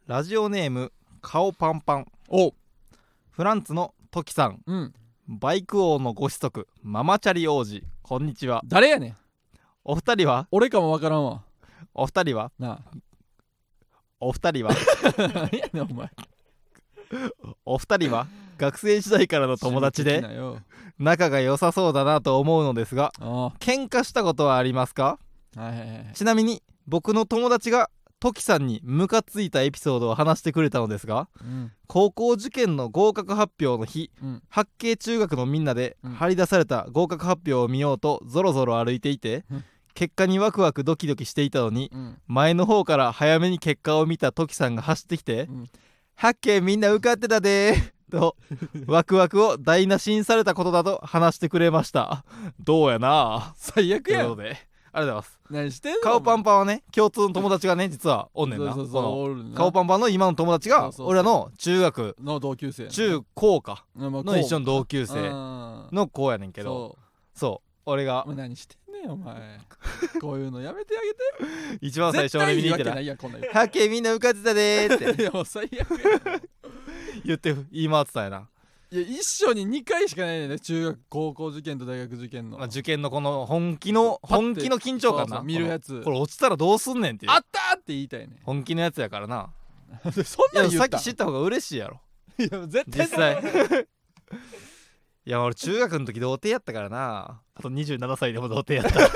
ラジオネーム顔パンパン。 おフランツのトキさん、 うん。 バイク王のご子息ママチャリ王子、こんにちは。 誰やねん。 お二人は俺かもわからんわ。 お二人はなお二人はあ。何やねんお前。 お二人は学生時代からの友達で趣味的なよ。 仲が良さそうだなと思うのですが、 あ喧嘩したことはありますか？ あ。はいはいはい。 ちなみに僕の友達がトキさんにムカついたエピソードを話してくれたのですが、 うん高校受験の合格発表の日、 うん八景中学のみんなでうん張り出された合格発表を見ようとぞろぞろ歩いていて、 うん結果にワクワクドキドキしていたのに、 うん前の方から早めに結果を見たトキさんが走ってきて、 うん八景みんな受かってたでーとワクワクを台無しにされたことだと話してくれました。どうやな。 最悪やん。 ということでありがとうございます。 何してんの。 顔パンパパンはね、共通の友達がね実はおんねんな。 そうそうこのそうおるな。 顔パンパンの今の友達がそうそうそう俺らの中学の同級生。 中高かのの一緒の同級生のの子やねんけど、そう俺がお前何してんねんお前。こういうのやめてあげて。 一番最初俺見に行ってた絶対いいわけないやんこんなん 「はっけみんな受かってたでー」っていやもう最悪やん。 言って言い回ってたんやな。 いや一生に2回しかないねんね。中学高校受験と大学受験の。 まあ受験のこの本気の緊張感な。 そうそう見るやつ。 これ落ちたらどうすんねんっていうあったーって言いたいね。 本気のやつやからな。 そんいやさなん言ったっき知った方が嬉しいやろいや絶対実際いや俺中学の時童貞やったからな。あと27歳でも童貞やった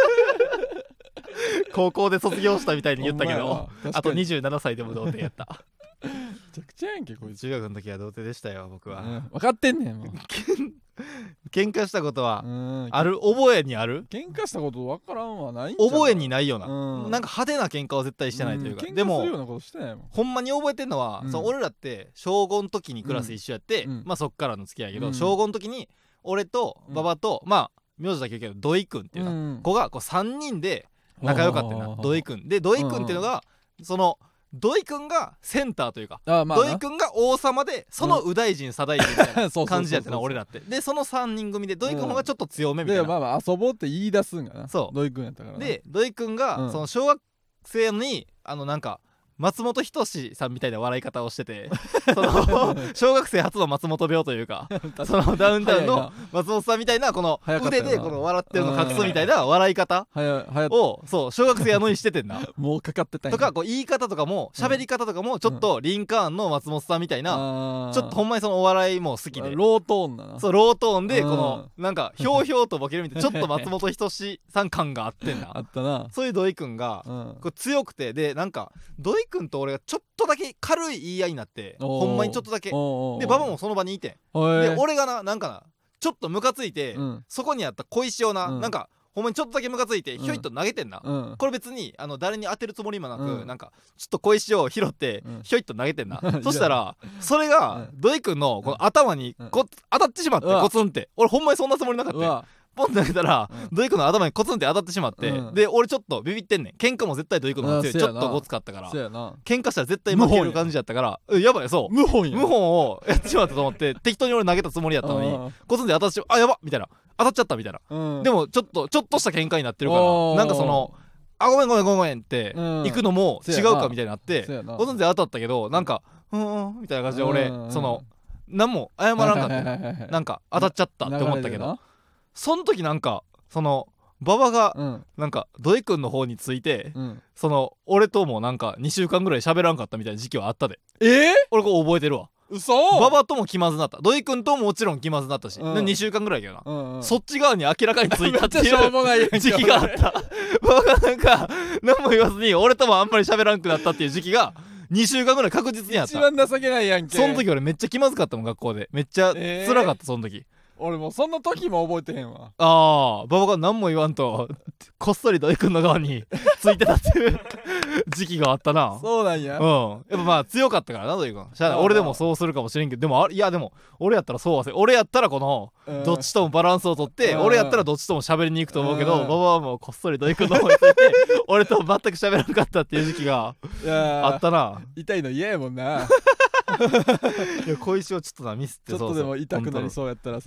高校で卒業したみたいに言ったけど、あと27歳でも童貞やっためちゃくちゃやんけこいつ。 中学の時は童貞でしたよ僕は。 分かってんねんもう。 喧嘩したことはうんある？覚えにある？ 喧嘩したこと分からんわないんちゃう。 覚えにないよな、 うんなんか派手な喧嘩は絶対してないというか、 喧でも嘩するようなことしてないもん。 ほんまに覚えてんのは、 うんそう俺らって小5の時にクラス一緒やって、 うんまあそっからの付き合いやけど、 うん小5の時に俺と馬場と、まあ名字だけ言うけど土井くんっていうな、 うん子がこう3人で仲良かったよな。土井くんで土井くんっていうのが、その土井くんがセンターというか、 あまあな土井くんが王様でその右大臣左大臣みたいなそうそうそうそう感じやってな俺らって。でその3人組で土井くんの方がちょっと強めみたいな、 でまあまあ遊ぼうって言い出すんがな。 そう土井くんやったからな。 で土井くんが、 うんその小学生になんか松本人志さんみたいな笑い方をしててその小学生初の松本病というかそのダウンタウンの松本さんみたいなこの早かったよな腕でこの笑ってるの隠すみたいな笑い方はやをそう小学生やのにしててんなもうかかってたんやとかこう言い方とかも喋り方とかもちょっとリンカーンの松本さんみたいな、ちょっとほんまにそのお笑いも好きで、 ロートーンだな。 そうロートーンでこのなんかひょうひょうとボケるみたいなちょっと松本人志さん感があってんなあったな。 そういう土井くんがうんこれ強くて、でなんか土井くんと俺がちょっとだけ軽い言い合いになって、 おーほんまにちょっとだけでおー馬場もその場にいて、 おいで俺がなんかなちょっとムカついて、 うんそこにあった小石をな、 うんなんかほんまにちょっとだけムカついてうんひょいっと投げてんな、 うんこれ別に誰に当てるつもりもなく、 うんなんかちょっと小石を拾って、 うんひょいっと投げてんなうんそしたらそれがうん土井くんのこの頭に当たってしまって、 うわコツンって俺ほんまにそんなつもりなかったよ。 うわポンって投げたら、 うん土井くんの頭にコツンって当たってしまって、 うんで俺ちょっとビビってんねん。喧嘩も絶対土井くんの方が強い。 あせやなちょっとごつかったからそうやな。 喧嘩したら絶対負ける感じやったからやばいそう謀反や謀反をやってしまったと思って適当に俺投げたつもりやったのにコツンで当たってしまやばっみたいな当たっちゃったみたいな、 うんでもちょっとした喧嘩になってるかおーらなんかそのごめんってうん行くのも違うかみたいになってそうやなコツンで当たったけどなんかみたいな感じで俺うんその何も謝らんかったはいはいはいはいなんか当たっちゃったって思ったけど流れでなその時なんかその馬場がうんなんか土井くんの方についてうんその俺ともなんか2週間ぐらい喋らんかったみたいな時期はあったで。 え俺こう覚えてるわ。 嘘馬場とも気まずなった土井くんとももちろん気まずなったし、 うんで2週間ぐらいやけどな、 うんうんそっち側に明らかについたってめっちゃしょういうもないやんけ時期があった馬場がなんか何も言わずに俺ともあんまり喋らんくなったっていう時期が2週間ぐらい確実にあっ一た。 番情けないやんけ。 その時俺めっちゃ気まずかったもん学校で。めっちゃ辛かったその時。 俺もうそんな時も覚えてへんわ。 ああ馬場が何も言わんとこっそり土井くんの側についてたっていう時期があったな。 そうなんや。 やっぱまあ強かったからな土井くん。しゃあない俺でもそうするかもしれんけど、でもいやでも俺やったらそうはせん。俺やったらこのうんどっちともバランスをとって、 うん俺やったらどっちとも喋りに行くと思うけど、 うん馬場はもうこっそり土井くんの方について俺と全く喋らなかったっていう時期がいやあったな。 痛いの嫌やもんな。 いや小石をちょっとなミスってちょっとでも痛くなりうそうやったら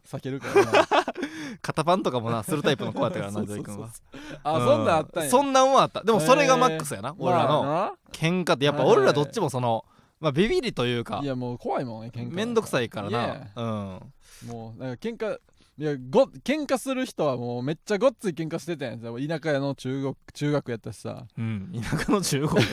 避けるからな肩パンとかもなするタイプの子やったからな土井君は。 あ、そんなんあったんや。 そんなんもあった。でもそれがマックスやな、俺らのまあ喧嘩って。やっぱ俺らどっちもそのまあビビりというかないやもう怖いもんね、喧嘩めんどくさいからいやな。 もうなんか喧嘩いや喧嘩する人はもうめっちゃごっつい喧嘩してたやん。田舎の中学やったしさ、 田舎の中国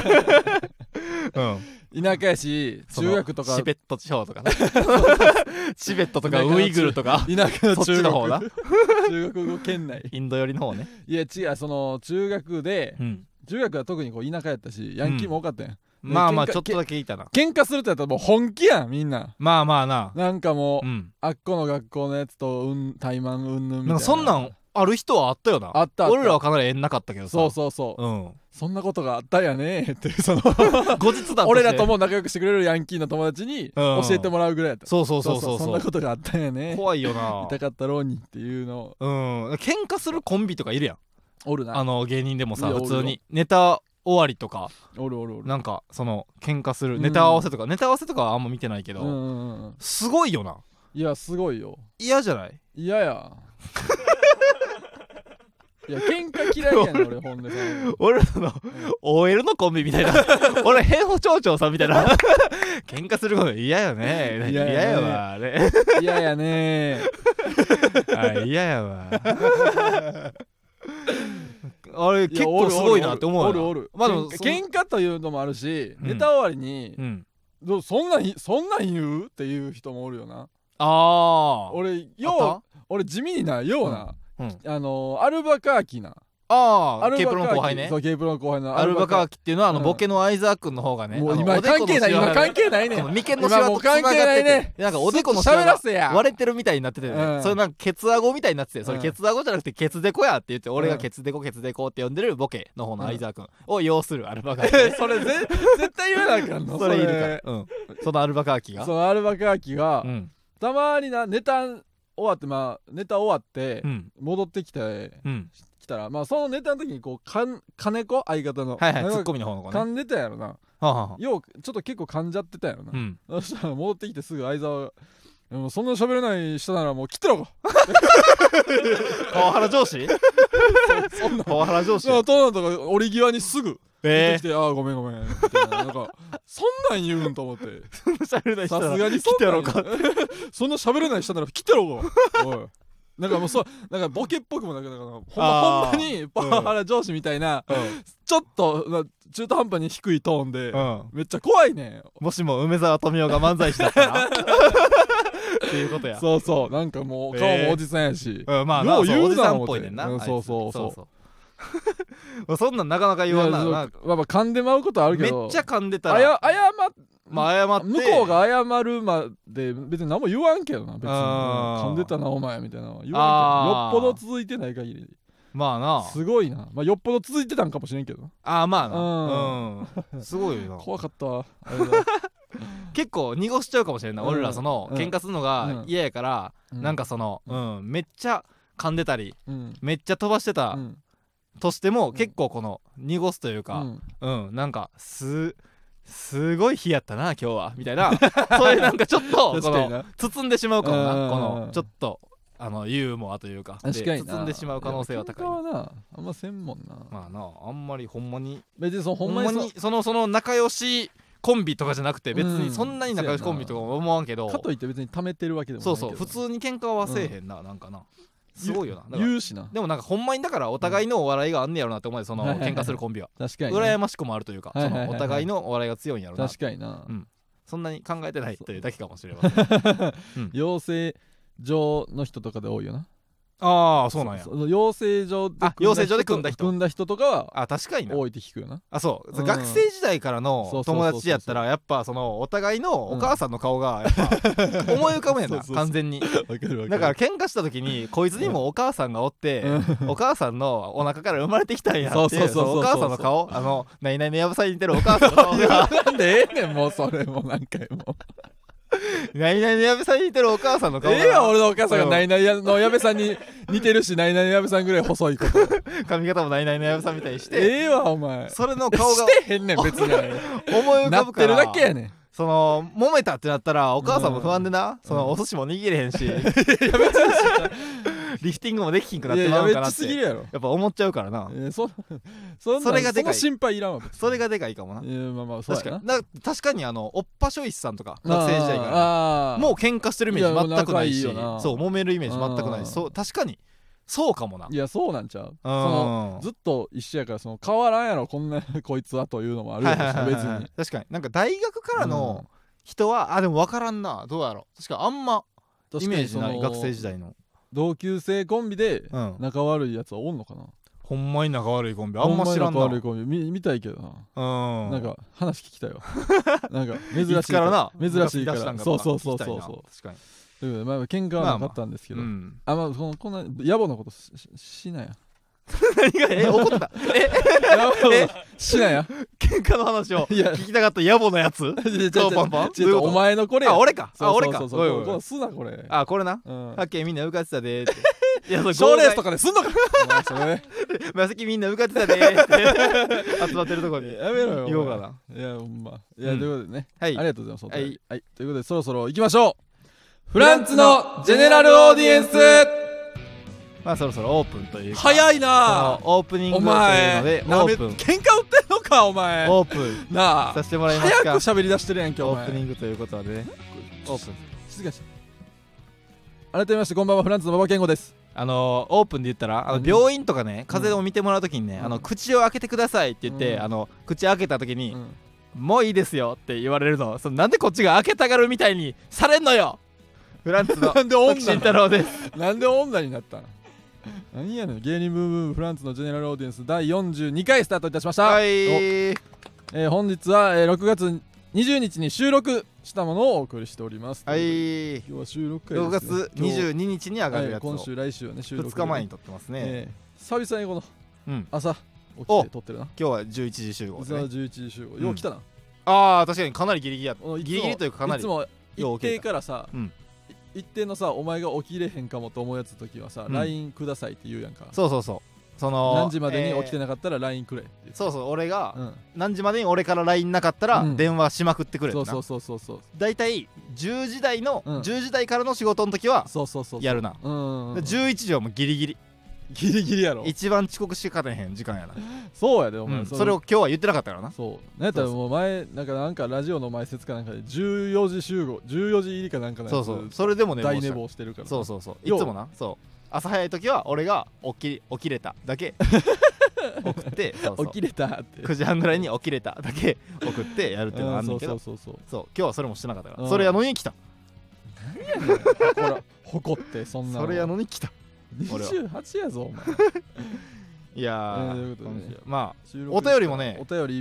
田舎やし中学とかチベット地方とかねチベットとかウイグルとか田舎のそっち中の方な国中国語圏内インド寄りの方ね。 いや違う、その中学で中学は特にこう田舎やったしヤンキーも多かったやん。 まあまあちょっとだけいたな。 喧嘩するってやったらもう本気やんみんな。 まあまあな。 なんかもう、 うんあっこの学校のやつと怠慢うんぬんみたいな。 なんかそんなんある人はあったよな。 あった俺らはかなり縁なかったけどさ。 そうそうそう、 うんそんなことがあったんやねーってその後日談俺らとも仲良くしてくれるヤンキーの友達にうん教えてもらうぐらいやった。 そうそうそうそうそんなことがあったんやね、 怖いよな。 痛かったろうにっていうの喧嘩するコンビとかいるやん。 おるな。 芸人でもさいや普通にネタ終わりとかおるおるおる。 なんかその喧嘩するネタ合わせとか、ネタ合わせとかはあんま見てないけど、 うんすごいよな。 いやすごいよ。 嫌じゃない？ 嫌やいや喧嘩嫌いやねん俺ほんでさ俺らの OL のコンビみたいな俺変歩町長さんみたいな喧嘩すること嫌よね。嫌やわあれ嫌やねあ嫌やわあれ結構すごいなって思うよな。 おるまあでも喧嘩というのもあるし、ネタ終わりに、そんなん言うっていう人もおるよな。俺地味になような、アルバカーキな。 ケープロの後輩ね。 そうケープロの後輩のアルバカーキっていうのはボケの相沢君の方がね。 もう今関係ないね。 眉間のシワと繋がってて、なんかおでこのシワが割れてるみたいになっててね。それなんかケツアゴみたいになってて、それケツアゴじゃなくてケツデコやって言って俺がケツデコって呼んでるボケの方の相沢君を要するアルバカーキ。 それ絶対言わなあかんの。 それいるから。そのアルバカーキが。 そのアルバカーキがたまになネタ終わって戻ってきて来たら、まあそのネタの時にこう金子相方のツッコミの方の子ね噛んでたやろな。ようちょっと結構噛んじゃってたやろな。そしたら戻ってきてすぐ相沢がそんな喋れない人ならもう切ってろパワハラ上司パワハラ上司トーナとか折り際にすぐ出てきてごめんみたいな、なんかそんなん言うんと思って喋れない人ならさすがに来てやろうかそんな喋れない人なら来てろおいなんかもうなんかボケっぽくもなくほんまにパワハラ上司みたいな、ちょっと中途半端に低いトーンで、めっちゃ怖いね。 もしも梅沢富美男が漫才師だったらっていうことや。 そうなんかもう顔もおじさんやし、 まあな、おじさんっぽいねんな。そうそんなんなかなか言わんな。 まあ噛んでまうことあるけど、 めっちゃ噛んでたら謝って向こうが謝るまで別に何も言わんけどな。別に噛んでたなお前みたいな言わんけど、よっぽど続いてない限りまあなすごいな。よっぽど続いてたんかもしれんけどまあなすごいよな。 怖かったわ結構濁しちゃうかもしれんな。俺らその喧嘩するのが嫌やからなんかそのめっちゃ噛んでたりめっちゃ飛ばしてたとしても結構この濁すというかなんかすごい日やったな今日はみたいなそういうなんかちょっとこの包んでしまうかもな。このちょっとユーモアというか包んでしまう可能性は高い。 喧嘩はなあんませんもんな。 まあなあんまりほんまに別にほんまにその仲良しコンビとかじゃなくて別にそんなに仲良しコンビとか思わんけど、 かといって別に貯めてるわけでもないけど、 そう普通に喧嘩はせえへんな。なんかなすごいよな。 言うしな。 でもなんかほんまにだからお互いのお笑いがあんねやろなって思う。その喧嘩するコンビは確かに羨ましくもあるというか、そのお互いのお笑いが強いんやろな。 確かにな。 そんなに考えてないというだけかもしれません。 養成所の人とかで多いよな。 そうなんや。 養成所で組んだ人とかは確かにな多いって聞くよな。 そう学生時代からの友達やったらやっぱそのお互いのお母さんの顔がやっぱ思い浮かぶやな完全に。だから喧嘩した時にこいつにもお母さんがおってお母さんのお腹から生まれてきたんやっていうお母さんの顔何々のやぶさに似てるお母さんの顔がなんでええねんもうそれも何回も何々の矢部さんに似てるお母さんの顔が俺のお母さんが何々の矢部さんに似てるし何々の矢部さんぐらい細いこと髪型も何々の矢部さんみたいにしてお前それの顔がしてへんねん別に思い浮かぶからなってるだけやねん。 その揉めたってなったらお母さんも不安でな、そのお寿司も握れへんし、リフティングもできひんくなってまうかなってやっぱ思っちゃうからな。 それがでかい。 その心配いらんわ。 それがでかいかもな。 まあまあそうやな。 確かにおっぱしょいしさんとか学生時代からもう喧嘩してるイメージ全くないし、そう揉めるイメージ全くないし、そう確かにそうかもな。 いやそうなんちゃう。ずっと一緒やから変わらんやろこんなこいつはというのもあるよ別に。 確かになんか大学からの人はでも分からんな、どうやろう。確かあんまイメージない。学生時代の同級生コンビで仲悪いやつはおんのかな。 ほんまに仲悪いコンビあんま知らんな。 仲悪いコンビ見たいけどな。なんか話聞きたいわ。なんか珍しいからな。 珍しいから。そう確かに。ということでまあ喧嘩はなかったんですけど、まあこんな野暮なことしなや。 何が怒ったしなや。 喧嘩の話を聞きたかった野暮なやつ。パンパンお前のこれ。 俺か。俺か。 そうすなこれ。 これな。さっきみんな受かってたで。 いや賞レースとかですんのか。 まさきみんな受かってたで。集まってるとこにやめろよ。 言おうかな。 いやほんま。いやということでね。 ありがとうございます。はいということでそろそろ行きましょう。フランツのジェネラルオーディエンス。 まあそろそろオープンというか。 早いな。 オープニングというのでオープン。 喧嘩売ってんのかお前。 オープンなあさせてもらいますか。 早く喋り出してるやんけお前。 オープニングということでね。オープン。 静かにして。改めましてこんばんは、フランツの馬場健吾です。 オープンで言ったら病院とかね、風邪を見てもらうときにね、口を開けてくださいって言って、口開けたときに、もういいですよって言われるの。なんでこっちが開けたがるみたいにされんのよ。フランツの慎太郎です。 なんで女になったの。何やねん。芸人ブームブームフランツのジェネラルオーディエンス第42回スタートいたしました。 はい。 本日は6月20日に収録したものをお送りしております。 はい。 今日は収録会ですね。 6月22日に上がるやつを、 今週来週はね収録 2日前に撮ってますね。 久々にこの朝起きて撮ってるな。 今日は11時集合ですね。11時集合。よう来たな。 確かにかなりギリギリやった。ギリギリというかかなり。 いつも一定からさ、一定のさお前が起きれへんかもと思うやつ時はさ LINE くださいって言うやんか。 そう何時までに起きてなかったら LINE くれって。 そう俺が何時までに俺から LINE なかったら電話しまくってくれってな。 そうだいたい10時台からの仕事の時はやるな。11時はもうギリギリやろ。一番遅刻しかねへん時間やな。 そうやでお前。 それを今日は言ってなかったからな。 そうなんやったらもう前なんかラジオの前説かなんかで14時集合14時入りかなんかのやつ。 それでもね大寝坊してるから。 そういつもな。朝早い時は俺が起きれただけ送って起きれたって 9時半ぐらいに起きれただけ送ってやるっていうのがあんねんけど、そう今日はそれもしてなかったから。それやのに来た。 何やねんほら誇ってそんな。 それやのに来た。 28やぞお前。 いやまあお便りもね、今日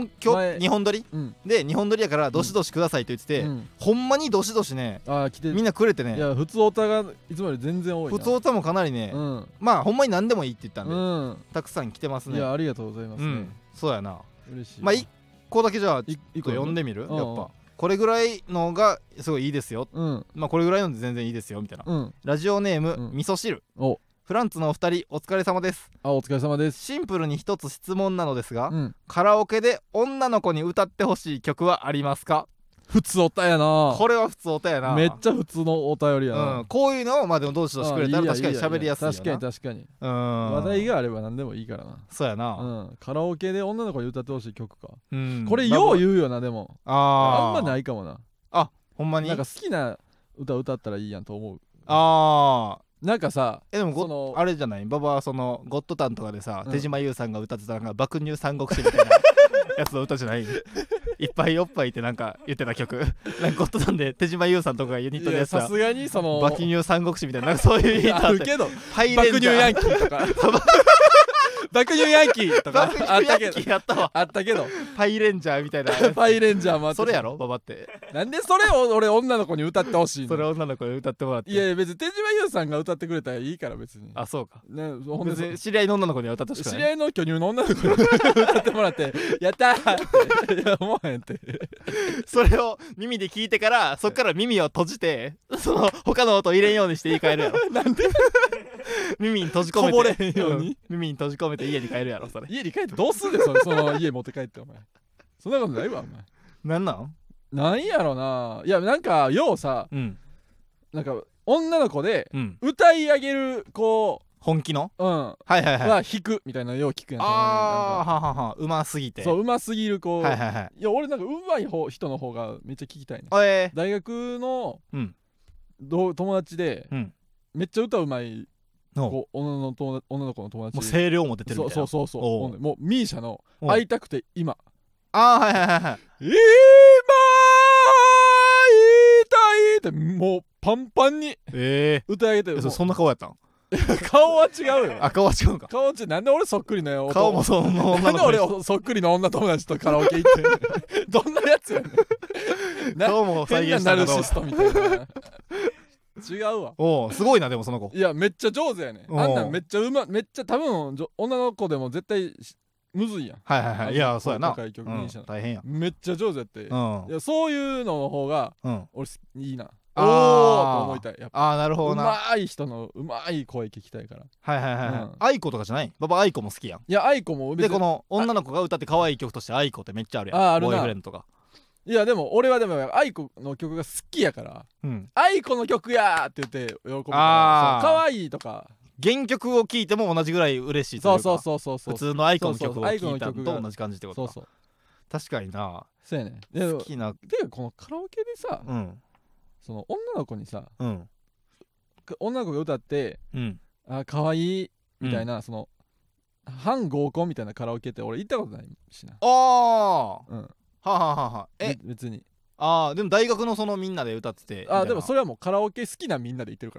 2本撮りで2本撮りやからどしどしくださいと言ってて、ほんまにどしどしねみんなくれてね。 いや普通オタがいつもより全然多いな。 普通オタもかなりね、まあほんまに何でもいいって言ったんでたくさん来てますね。 いやありがとうございますね。 そうやな。 嬉しい。 まあ1個だけじゃあ1個読んでみる。やっぱこれぐらいのがすごいいいですよ。まあこれぐらいので全然いいですよみたいな。ラジオネーム味噌汁。フランツのお二人お疲れ様です。 お疲れ様です。 シンプルに一つ質問なのですが、カラオケで女の子に歌ってほしい曲はありますか。 普通おたやな。 これは普通おたやな。 めっちゃ普通のお便りやな。 こういうのをまあでもどうしようしてくれたら確かに喋りやすいよな。 確かに話題があれば何でもいいからな。 そうやな。 カラオケで女の子に歌ってほしい曲か。これよう言うよな。でもあんまないかもな。 ほんまになんか好きな歌歌ったらいいやんと思う。なんかさでもあれじゃない。ババはそのゴッドタンとかでさ手島優さんが歌ってたのが爆乳三国志みたいなやつの歌じゃない。いっぱいおっぱいってなんか言ってた曲。なんかゴッドタンで手島優さんとかユニットでやつさすがにその爆乳三国志みたいななんかそういうあるけど爆乳ヤンキーとか爆乳ヤンキーとかあったけどパイレンジャーみたいなパイレンジャーもあった。 それやろババって。 なんでそれを俺女の子に歌ってほしいの。 それ女の子に歌ってもらって。 いや別に手島優さんが歌ってくれたらいいから別に。 そうか。 別に知り合いの女の子には歌ってほしくない。 知り合いの巨乳の女の子に歌ってもらってやったーっていや思わへんってそれを耳で聞いてからそっから耳を閉じてその他の音入れんようにして家帰るやろ。 なんで耳に閉じ込めてこぼれへんように耳に閉じ込めて家に帰るやろ。それ家に帰ってどうすんねんその家持って帰ってお前そんなことないわお前。 なんなんなんやろな。いやなんかようさ、なんか女の子で歌い上げる子、 本気のは弾くみたいなのよう聞くやん。 ああははは、うますぎて。 そう、うますぎる子。 はいはいはい。 いや俺なんかうまい人の方がめっちゃ聞きたいね。大学の友達でめっちゃ歌うまい女の子の友達、 もう声量も出てるみたいな。 そうもうミーシャの会いたくて今、 はいはいはいはい、 今会いたいってもうパンパンに歌い上げてる。 そんな顔やったん？ 顔は違うよ。 顔は違うか。 顔は違う。なんで俺そっくりなよ。 顔もそのなんで俺そっくりの女友達とカラオケ行ってどんなやつやねん。 顔も再現した変なナルシストみたいな。違うわ。 すごいな。でもその子、 いやめっちゃ上手やね。あんなんめっちゃめっちゃ多分女の子でも絶対むずいやん。 はいはいはい。いやそうやな。 高い曲にしたら大変や。 めっちゃ上手やって。いやそういうのの方が俺いいな。おーと思いたい。やっぱなるほどな。 うまい人のうまい声聞きたいから。 はいはいはい。愛子とかじゃない？ババ愛子も好きやん。 いや愛子もでこの女の子が歌って可愛い曲として愛子ってめっちゃあるやん。 あるな。 ボーイフレンドとか。 いやでも俺はでも愛子の曲が好きやから、愛子の曲やーって言って喜ぶから、可愛いとか原曲を聴いても同じぐらい嬉しいというか。 そう普通の愛子の曲を聴いたのと同じ感じってことか。そう確かにな。 そうやね。 好きな。 でこのカラオケでさ、その女の子にさ、女の子が歌って可愛いみたいな、その反合コンみたいなカラオケって俺行ったことないしな。別に。 でも大学のそのみんなで歌ってて。 でもそれはもうカラオケ好きなみんなで行ってるから。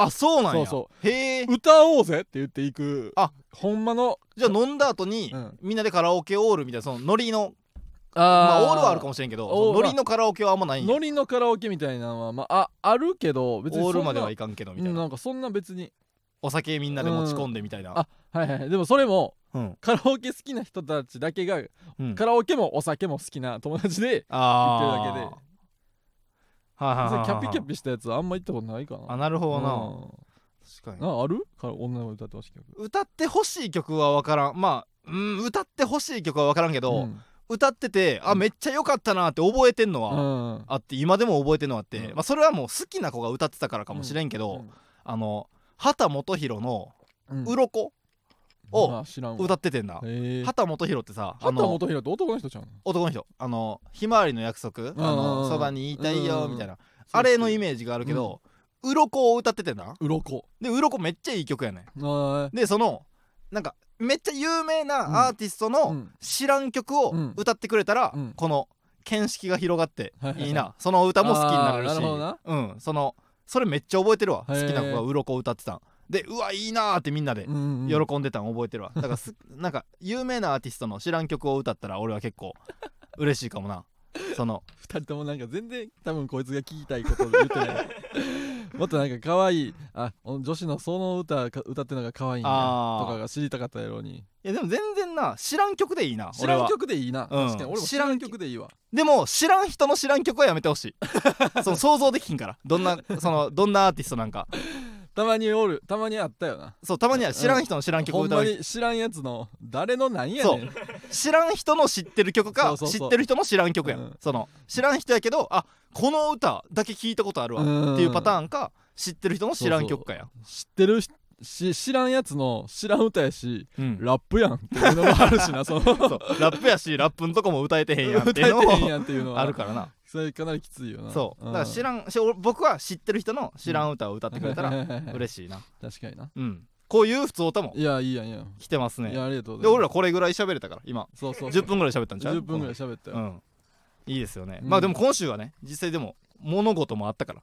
そうなんや。 へえ。歌おうぜって言って行く。ほんまの。 じゃあ飲んだ後にみんなでカラオケオールみたいな、そのノリのオールはあるかもしれんけど、ノリのカラオケはあんまないんや。 ノリのカラオケみたいなのはあるけど、別にオールまではいかんけどみたいな。 なんかそんな別にお酒みんなで持ち込んでみたいな。 はいはい。でもそれもカラオケ好きな人たちだけがカラオケもお酒も好きな友達で行ってるだけで、キャピキャピしたやつはあんま行ったことないかな。 なるほどな。確かに。 ある？女の子歌ってほしい曲。 歌ってほしい曲は分からん。歌ってほしい曲は分からんけど、歌っててめっちゃ良かったなって覚えてんのはあって、今でも覚えてんのはあって、それはもう好きな子が歌ってたからかもしれんけど、秦基博の「鱗」を歌っててんな。秦基博ってさ、 秦基博って男の人ちゃうの？ 男の人。ひまわりの約束、そばにいたいよみたいな、あれのイメージがあるけど、鱗を歌っててな。 鱗で鱗めっちゃいい曲やねん。でそのなんかめっちゃ有名なアーティストの知らん曲を歌ってくれたら、この見識が広がっていいな。その歌も好きになれるし、それめっちゃ覚えてるわ。好きな子が鱗を歌ってたんで、うわいいなーってみんなで喜んでたん覚えてるわ。だからなんか有名なアーティストの知らん曲を歌ったら俺は結構嬉しいかもな。その 2人ともなんか全然多分こいつが聞きたいこと言ってないもっとなんか可愛い女子のその歌ってるのが可愛いんやとかが知りたかったやろうに。 いやでも全然な、知らん曲でいいな。 知らん曲でいいな。確かに俺も知らん曲でいいわ。 でも知らん人の知らん曲はやめてほしいその想像できひんから、どんなアーティストなんか。 たまにあったよな。 そう、たまには知らん人の知らん曲を歌う。 ほんまに知らんやつの誰の何やねん。 知らん人の知ってる曲か、知ってる人の知らん曲やん。その知らん人やけどこの歌だけ聞いたことあるわっていうパターンか、知ってる人の知らん曲かや。 知ってる知らんやつの知らん歌やし、ラップやんっていうのもあるしな。そうラップやし、ラップのとこも歌えてへんやんっていうのはあるからな。 それかなりきついよな。 そうだから僕は知ってる人の知らん歌を歌ってくれたら嬉しいな。 確かにな。 こういう普通歌もいやいいやんいや来てますね。 いやありがとう。 で俺らこれぐらい喋れたから今。 そう 10分ぐらい喋ったんちゃう？ 10分ぐらい喋ったよ。 いいですよね。でも今週はね、実際でも物事もあったから。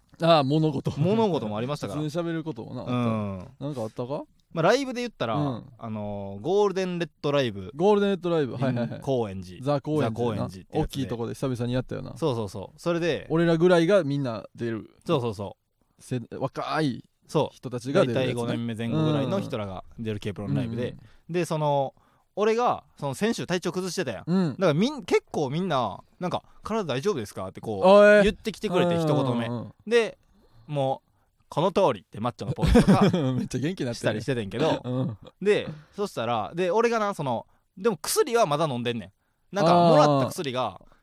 物事もありましたから。 普通に喋ることもな。なんかあったか？ ライブで言ったらゴールデンレッドライブ高円寺ザ高円寺大きいとこで久々にやったよな。 そうそれで俺らぐらいがみんな出る。 そう若い人たちが出るやつね。 大体5年目前後ぐらいの人らが出る K-PRO のライブで、その俺がその先週体調崩してたやん。だから結構みんななんか体大丈夫ですかってこう言ってきてくれて、一言目でもうこの通りってマッチョのポーズとかめっちゃ元気になってしたりしててんけど、でそしたら俺がな、でも薬はまだ飲んでんねん。なんかもらった薬が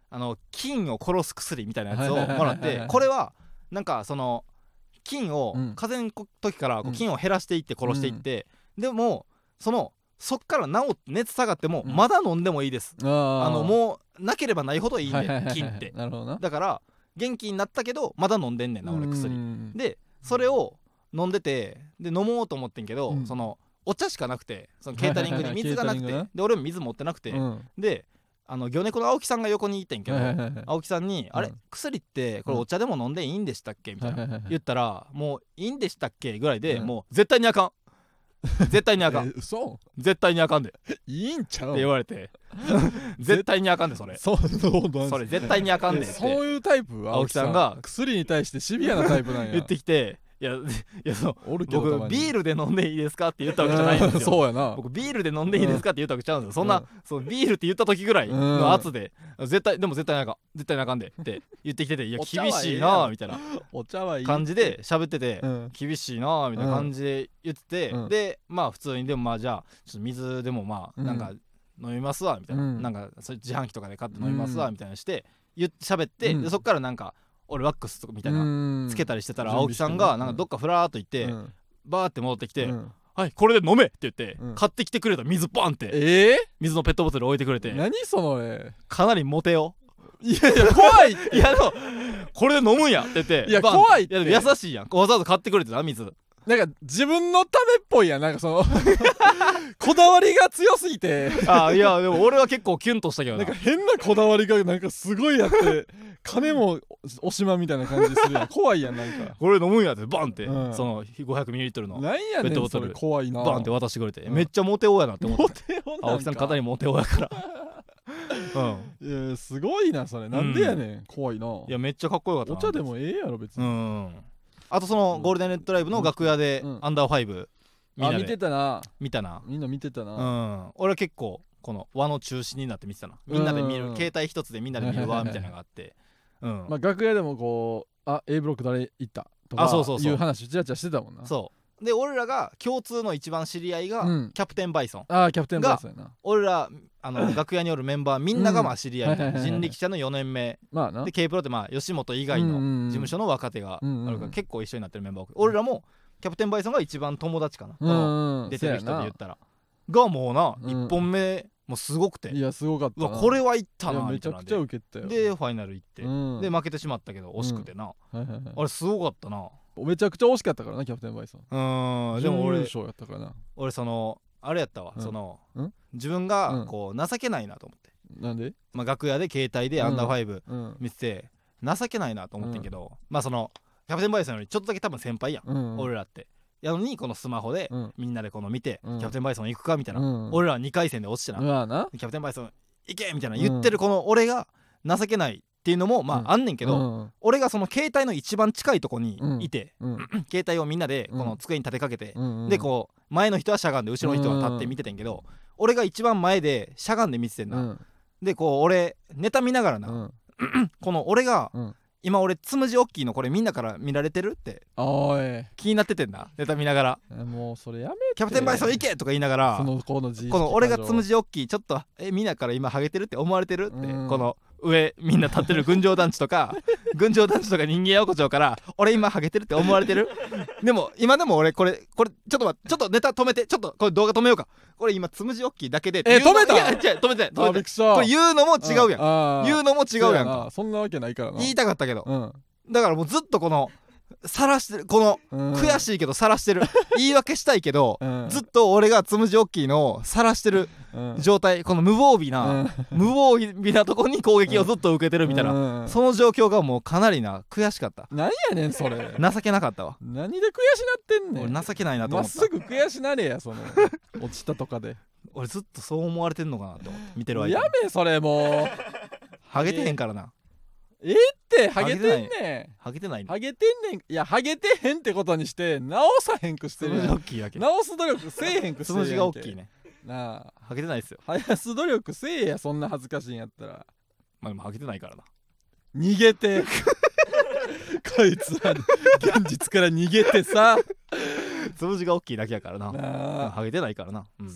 菌を殺す薬みたいなやつをもらってこれはなんかその菌を風邪の時からこう菌を減らしていって殺していってでもそっから治って熱下がってもまだ飲んでもいいですもうなければないほどいいんで菌ってだから元気になったけどまだ飲んでんねんな俺薬でそれを飲んでてで飲もうと思ってんけどそのお茶しかなくてそのケータリングに水がなくてで俺も水持ってなくてで魚猫の青木さんが横にいてんけど青木さんにあれ薬ってこれお茶でも飲んでいいんでしたっけみたいな言ったらもういいんでしたっけぐらいでもう絶対にあかん絶対にあかん嘘絶対にあかんでいいんちゃうって言われて絶対にあかんでそれそれ絶対にあかんでってそういうタイプ青木さんが薬に対してシビアなタイプなんや言ってきていやそう僕ビールで飲んでいいですかって言ったわけじゃないんですよそうやな僕ビールで飲んでいいですかって言ったわけちゃうんですよそんなそうビールって言った時ぐらいの圧で絶対にあかんでって言ってきてていや厳しいなみたいな感じで喋ってて厳しいなみたいな感じで言っててでまあ普通にでもまあじゃあちょっと水でもまあなんか飲みますわみたいななんかそれ自販機とかで買って飲みますわみたいなして喋ってでそっからなんか俺ワックスとかみたいなつけたりしてたら青木さんがなんかどっかふらーっと行ってバーって戻ってきてはいこれで飲めって言って買ってきてくれた水バンって水のペットボトル置いてくれて何そのかなりモテよいや怖いっていやでもこれで飲むんやって言っていや怖いっていやでも優しいやんわざわざ買ってくれてな水なんか自分のためっぽいやんなんかそのこだわりが強すぎていやでも俺は結構キュンとしたけどなんか変なこだわりがなんかすごいやって金もおしまみたいな感じするやん怖いやんなんかこれ飲むんやってバンって、その 500ml のなんやねんそれ怖いなバンって渡してくれて、めっちゃモテ男やなって思って青木さん肩にモテ男やからいやすごいなそれなんでやねん怖いないやめっちゃかっこよかったお茶でもええやろ別にあとそのゴールデンレッドライブの楽屋でアンダー5みんなで見てたな見たなみんな見てたな俺は結構この輪の中心になって見てたなみんなで見る携帯一つでみんなで見る輪みたいなのがあってまあ楽屋でもこうA ブロック誰行ったとかいう話ちらちらしてたもんなそうで俺らが共通の一番知り合いがキャプテンバイソンキャプテンバイソンやな俺ら楽屋におるメンバーみんながまあ知り合いみたいな人力車の4年目で K プロってまあ吉本以外の事務所の若手があるから結構一緒になってるメンバー多く俺らもキャプテンバイソンが一番友達かな出てる人で言ったらがもうな1本目もうすごくていやすごかったなこれはいったなめちゃくちゃ受けたよでファイナル行ってで負けてしまったけど惜しくてなあれすごかったなめちゃくちゃ惜しかったからなキャプテンバイソンでも俺優勝やったからな俺そのあれやったわその自分がこう情けないなと思ってなんでまあ楽屋で携帯でアンダー5見てて情けないなと思ってんけどまあそのキャプテンバイソンよりちょっとだけ多分先輩やん俺らってやのにこのスマホでみんなでこの見てキャプテンバイソン行くかみたいな俺らは2回戦で落ちてなキャプテンバイソン行けみたいな言ってるこの俺が情けないっていうのもまああんねんけど俺がその携帯の一番近いとこにいて携帯をみんなでこの机に立てかけてでこう前の人はしゃがんで後ろの人は立って見ててんけど俺が一番前でしゃがんで見ててんなでこう俺ネタ見ながらなこの俺が今俺つむじおっきいのこれみんなから見られてるって気になっててんなネタ見ながらもうそれやめてキャプテンバイソン行けとか言いながらこの俺がつむじおっきいちょっとみんなから今ハゲてるって思われてるってこの上みんな立ってる群青団地とか人間横丁から俺今ハゲてるって思われてるでも今でも俺これちょっと待ってちょっとネタ止めてちょっとこれ動画止めようかこれ今つむじおっきいだけで止めたいや止めてこれ言うのも違うやん言うのも違うやんかそんなわけないからな言いたかったけどだからもうずっとこの晒してるこの悔しいけど晒してる言い訳したいけどずっと俺がつむじおっきいのを晒してる状態この無防備なとこに攻撃をずっと受けてるみたいなその状況がもうかなりな悔しかったなんやねんそれ情けなかったわ何で悔しなってんねん俺情けないなと思ったまっすぐ悔しなれやその落ちたとかで俺ずっとそう思われてんのかなって思って見てる間やめそれもうハゲてへんからなってハゲてんねんハゲてないハゲてんねんいやハゲてへんってことにして直さへんくしてるやん直す努力せえへんくしてるやんけつむじが大きいねなあハゲてないっすよ生やす努力せえやそんな恥ずかしいんやったらまあでもハゲてないからな逃げてこいつは現実から逃げてさつむじが大きいだけやからなハゲてないからな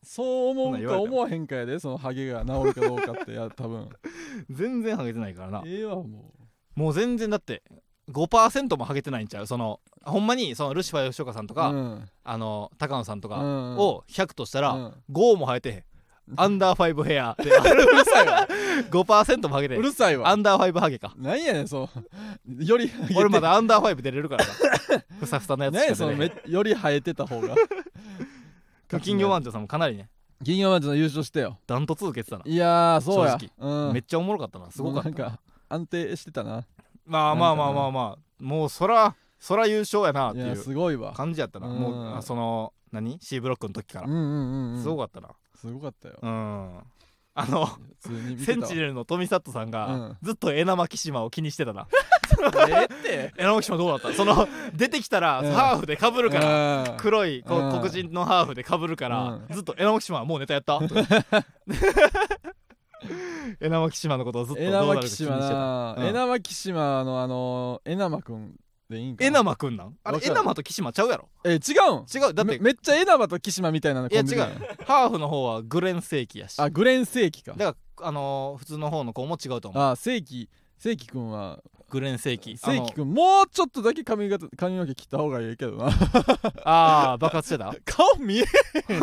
そう思うか思わへんかやで、そのハゲが治るかどうかって。多分全然ハゲてないからな。 わもう全然だって 5% もハゲてないんちゃう。そのほんまにそのルシファー吉岡さんとか、高野さんとかを100としたら、5も生えてへん。アンダー5ヘアでうるさいわ5% もハゲてうるさいわ。 アンダー5ハゲか。 なんやねんそうよりハゲて。 俺まだアンダー5出れるからなふさふさのやつしか出れへん。 より生えてた方が金魚万丈さんもかなりね、 銀河マンチの優勝してよ。 ダントツ受けてたな。 いやーそうや、 めっちゃおもろかったな。すごかった。 なんか安定してたな。 まあもうそら優勝やなっていうすごいわ感じやったな。もうそのC ブロックの時からすごかったな。 すごかったよ。 センチネルの富里さんがずっとエナマキシマを気にしてたな。 ってエナマキシマどうだった？その出てきたらハーフで被るから、黒い黒人のハーフで被るから、ずっとエナマキシマはもうネタやったエナマキシマのことをずっとどうなるか気にしてた。 エナマキシマのエナマくんでいいんかな。 エナマくんなん？あれエナマとキシマちゃうやろ。 違うだってめっちゃエナマとキシマみたいなの。 いや違う、ハーフの方はグレン正規やし。 グレン正規か。 だから普通の方の子も違うと思う。 正規くんはグレン正規くんもうちょっとだけ髪の毛切った方がいいけどな爆発してた顔見えへん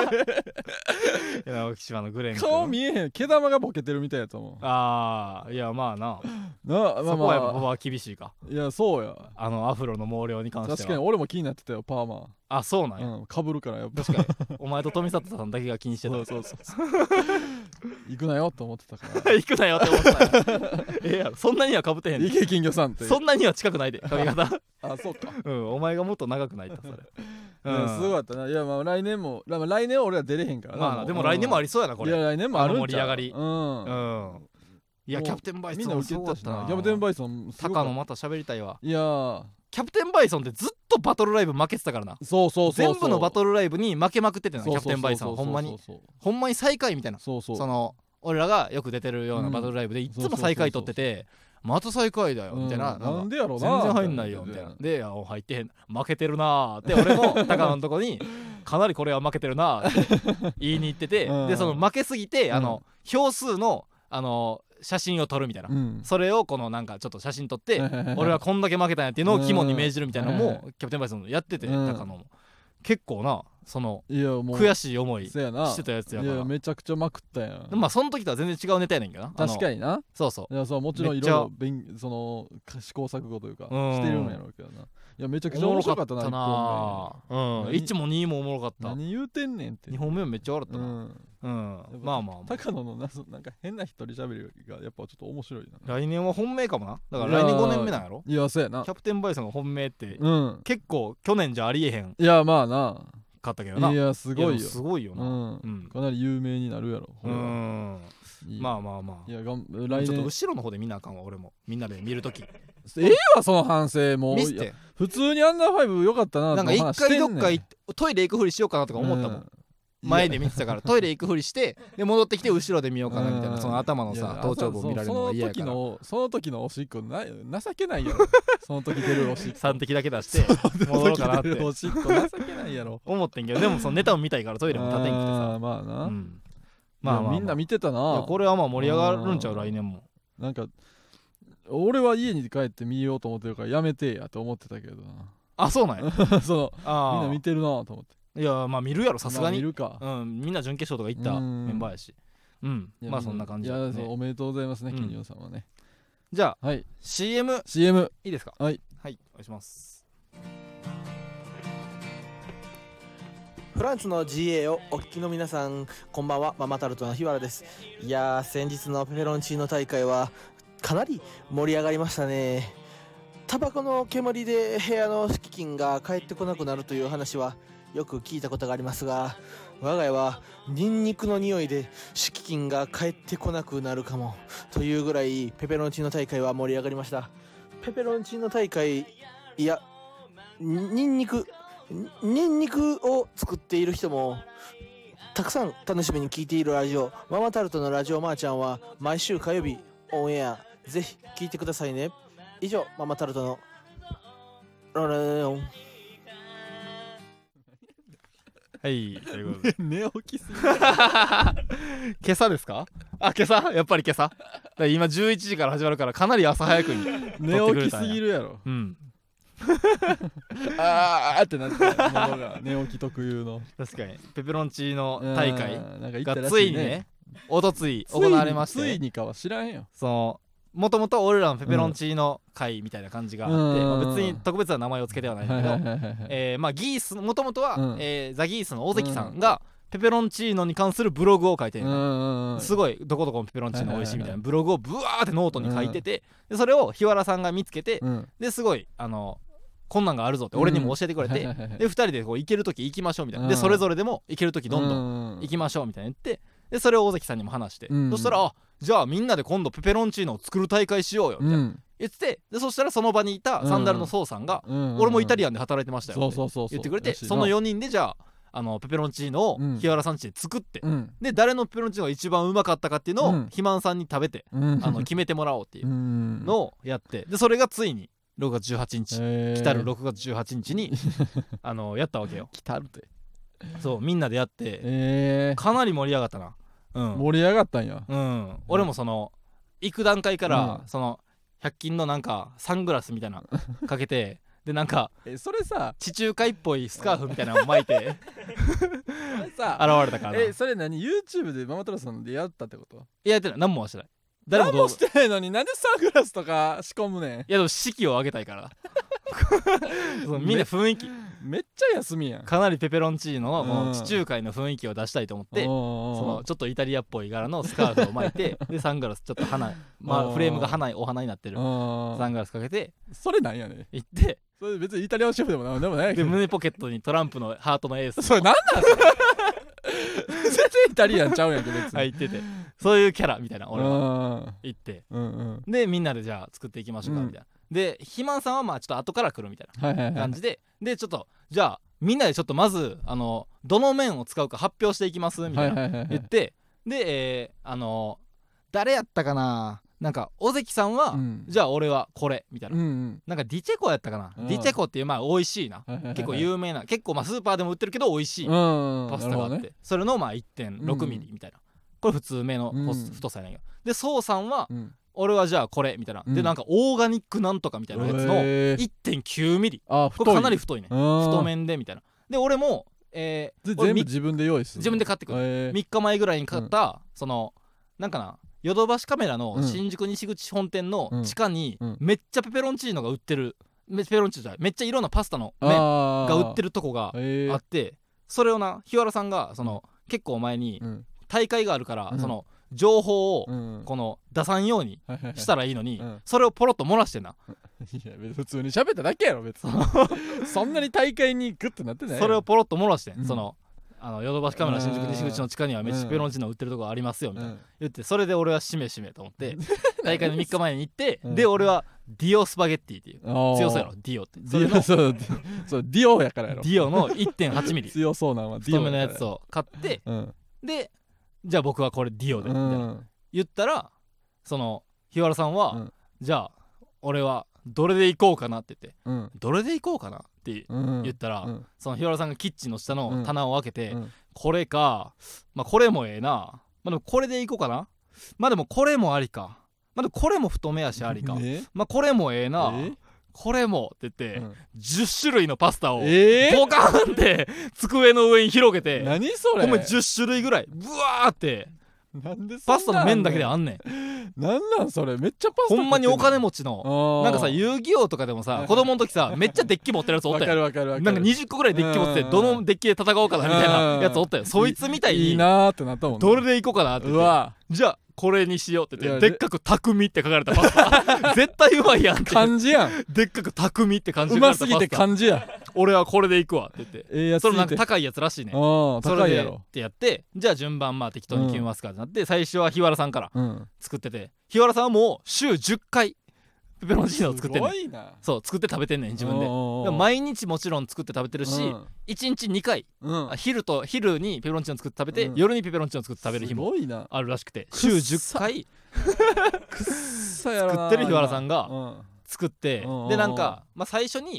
山木島のグレン顔見えへん。毛玉がボケてるみたいやと思う。いやまあなそこはやっぱパパは厳しいか。 いやそうや。 アフロの毛量に関しては確かに俺も気になってたよパーマ。 そうなんや。 かぶるからやっぱ。 確かにお前と富里さんだけが気にしてた。 そう行くなよって思ってたから行くなよって思ってたやろ。そんなにはかぶってへん。 行け金魚さんって。 そんなには近くないで髪型そうか。 お前がもっと長くないとそれ。 すごかったな。いやまあ来年は俺は出れへんからな。 でも来年もありそうやなこれ。 いや来年もあるんちゃう。 盛り上がり。いやキャプテンバイソンみんな受けたしな。キャプテンバイソン高野また喋りたいわ。 いやキャプテンバイソンってずっとバトルライブ負けてたからな。 そう全部のバトルライブに負けまくっててな。キャプテンバイソンほんまに最下位みたいな。その俺らがよく出てるようなバトルライブでいつも最下位取ってて、また最下位だよみたいな。 なんでやろうな。 全然入んないよみたいな。で入ってへん、負けてるなーって俺も高野のとこにかなりこれは負けてるなーって言いに行ってて、でその負けすぎて票数の写真を撮るみたいな、それをこのなんかちょっと写真撮って俺はこんだけ負けたんやっていうのを肝に銘じるみたいなのもキャプテンバイソンやってて、高野も結構なその悔しい思いしてたやつやから。 いやめちゃくちゃまくったやん。 まあその時とは全然違うネタやねんけどな。 確かにな。 そういやもちろんいろいろその試行錯誤というかしてるんやろうけどな。いやめちゃくちゃ面白かったな。1 本目1も2もおもろかった。 何言うてんねんって。 2本目めっちゃ笑ったな。まあ高野のなんか変な一人喋りがやっぱちょっと面白いな。 来年は本命かもな。だから来年5年目なんやろ。 いやそうやな。 キャプテンバイソンが本命って結構去年じゃありえへん。 いやまあなかったけどな。 いやすごいよ。 すごいよな。 かなり有名になるやろ。 まあいや来年ちょっと後ろの方で見なあかんわ。俺もみんなで見るときわその反省も見せて。 普通にアンダー5よかったな。 なんか一回どっか行ってトイレ行くふりしようかなとか思ったもん。前で見てたからトイレ行くふりしてで戻ってきて後ろで見ようかなみたいな。その頭のさ頭頂部を見られるのが嫌やから。 その時のおしっこ情けないやろ。その時出るおしっこ 3滴だけ出して戻ろうかなっておしっこ情けないやろ思ってんけど、でもそのネタも見たいからトイレも立てんくてさ。 まあな。 まあみんな見てたな。 これはまあ盛り上がるんちゃう来年も。 なんか俺は家に帰って見ようと思ってるからやめてやと思ってたけどな。 そうなんや。 みんな見てるなと思って。 いやまあ見るやろさすがに。 見るか。 みんな準決勝とか行ったメンバーやし。まあそんな感じ。 いやおめでとうございますね金魚さんはね。 じゃあ CM いいですか。はい、お願いします。 フランスの GA をお聞きの皆さんこんばんは。ママタルトの日原です。いや先日のペペロンチーノ大会はかなり盛り上がりましたね。タバコの煙で部屋の敷金が返ってこなくなるという話はよく聞いたことがありますが、我が家はニンニクの匂いで敷金が返ってこなくなるかもというぐらいペペロンチーノ大会は盛り上がりました。ペペロンチーノ大会、いやニンニクを作っている人もたくさん楽しみに聞いているラジオママタルトのラジオマーちゃんは毎週火曜日オンエア、ぜひ聞いてくださいね。以上ママタルトのロレオンはいということで寝起きすぎる今朝ですか？あ、今朝やっぱり今朝だから今11時から始まるからかなり朝早くに寝起きすぎるやろうんあーってなって喉が寝起き特有の確かにペペロンチーノ大会なんか言ったらがしついにねおとつい行われましてついにかは知らんよそのもともと俺らのペペロンチーノ会みたいな感じがあって、まあ、別に特別な名前を付けてはないんだけどまあギースもともとは、ザ・ギースの大関さんがペペロンチーノに関するブログを書いてるの、すごいどこどこのペペロンチーノ美味しいみたいなブログをブワーってノートに書いてて、でそれを日原さんが見つけて、ですごいこんなんがあるぞって俺にも教えてくれて、で2人でこう行ける時行きましょうみたいな、でそれぞれでも行ける時どんどん行きましょうみたいな言って、でそれを大関さんにも話して、そしたらじゃあみんなで今度ペペロンチーノを作る大会しようよみたいな、言ってて、でそしたらその場にいたサンダルのソウさんが、俺もイタリアンで働いてましたよって言ってくれて、その4人でじゃあペペロンチーノを日原さん家で作って、で誰のペペロンチーノが一番うまかったかっていうのを肥満さんに食べて、決めてもらおうっていうのをやって、でそれがついに6月18日、来たる6月18日にやったわけよ。 来たるってそうみんなでやって、かなり盛り上がったな。 盛り上がったんや。 俺もその行く段階から、その100均のなんかサングラスみたいなかけてでなんかそれさ地中海っぽいスカーフみたいなのを巻いてさ現れたからな。 それ何 YouTube でママタロさんでやったってこと？ いややってない何もはしてない。 誰もしてないのになんでサングラスとか仕込むねん。 いやでも士気を上げたいからそうみんな雰囲気めっちゃ休みやん。 かなりペペロンチーノのこの地中海の雰囲気を出したいと思って、そのちょっとイタリアっぽい柄のスカーフを巻いてでサングラスちょっとフレームがお花になってるサングラスかけて、 それなんやねん。 行ってそれ別にイタリアンシェフでもなんでもないで胸ポケットにトランプのハートのエースそれなんなんそれ全然イタリアンちゃうやんけ別に入ってて、そういうキャラみたいな俺は行って、でみんなでじゃあ作っていきましょうかみたいな、で肥満さんはまあちょっと後から来るみたいな感じで、でちょっとじゃあみんなでちょっとまずどの麺を使うか発表していきますみたいな言って、で誰やったかな、なんか尾関さんは、じゃあ俺はこれみたいな、なんかディチェコやったかな、ディチェコっていうまあ美味しいな、結構有名な、結構まあスーパーでも売ってるけど美味しいパスタがあって、それのまあ 1.6 ミリみたいな、これ普通目の太さやねんけど、でソウさんは、俺はじゃあこれみたいな、でなんかオーガニックなんとかみたいなやつの 1.9 ミリ、これかなり太いね、太麺でみたいな。で俺も全部自分で用意する、 自分で買ってくる、3日前ぐらいに買った、そのなんかなヨドバシカメラの新宿西口本店の地下にめっちゃペペロンチーノが売ってる、ペペロンチーノじゃない、めっちゃいろんなパスタの麺が売ってるとこがあって、それをな日原さんがその結構前に大会があるから、その情報をこの出さんようにしたらいいのに、それをポロッと漏らしてな。 いや普通に喋っただけやろ別にそんなに大会にグッとなってない。 それをポロッと漏らして、そのヨドバシカメラ新宿西口の地下にはめっちゃペペロンチーノ売ってるとこありますよみたいな言って、それで俺はしめしめと思って大会の3日前に行ってで俺はディオスパゲッティっていう強そうやろディオって、 そうディオやからやろ、 ディオの 1.8 ミリ強そうなのはディオ太めのやつを買って、でじゃあ僕はこれディオでみたいな言ったら、その日原さんは、じゃあ俺はどれで行こうかなって言って、どれで行こうかなって言ったら、その日原さんがキッチンの下の棚を開けて、これか、まあこれもええな、まあでもこれで行こうかな、まあでもこれもありか、まあでもこれも太めやしありか、まあこれもええな、これもって言って、10種類のパスタをボカーンって机の上に広げて、 何それ、 お前10種類ぐらいブワーってなんでパスタの麺だけであんねん。なんそれめっちゃパスタほんまにお金持ちの、なんかさ遊戯王とかでもさ子供の時さめっちゃデッキ持ってるやつおったよ。なんか20個ぐらいデッキ持っててどのデッキで戦おうかなみたいなやつおったよ。そいつみたいにいいなーってなったもん。 どれでいこうかなって言って、じゃあこれにしようって言ってでっかく匠って書かれたパスタ絶対うまいやんって漢字やん。 でっかく匠って漢字うますぎて漢字や。 俺はこれでいくわって言って、それなんか高いやつらしいね。 それでってやってじゃあ順番まあ適当に決めますかってなって、最初は日原さんから作ってて、日原さんはもう週10回ペペロンチーノを作ってんねん。そう作って食べてんねん自分で。毎日もちろん作って食べてるし、1日2回、昼にペペロンチーノ作って食べて、夜にペペロンチーノ作って食べる日もあるらしくて、週10回作ってる日原さんが作って、でなんか、まあ、最初に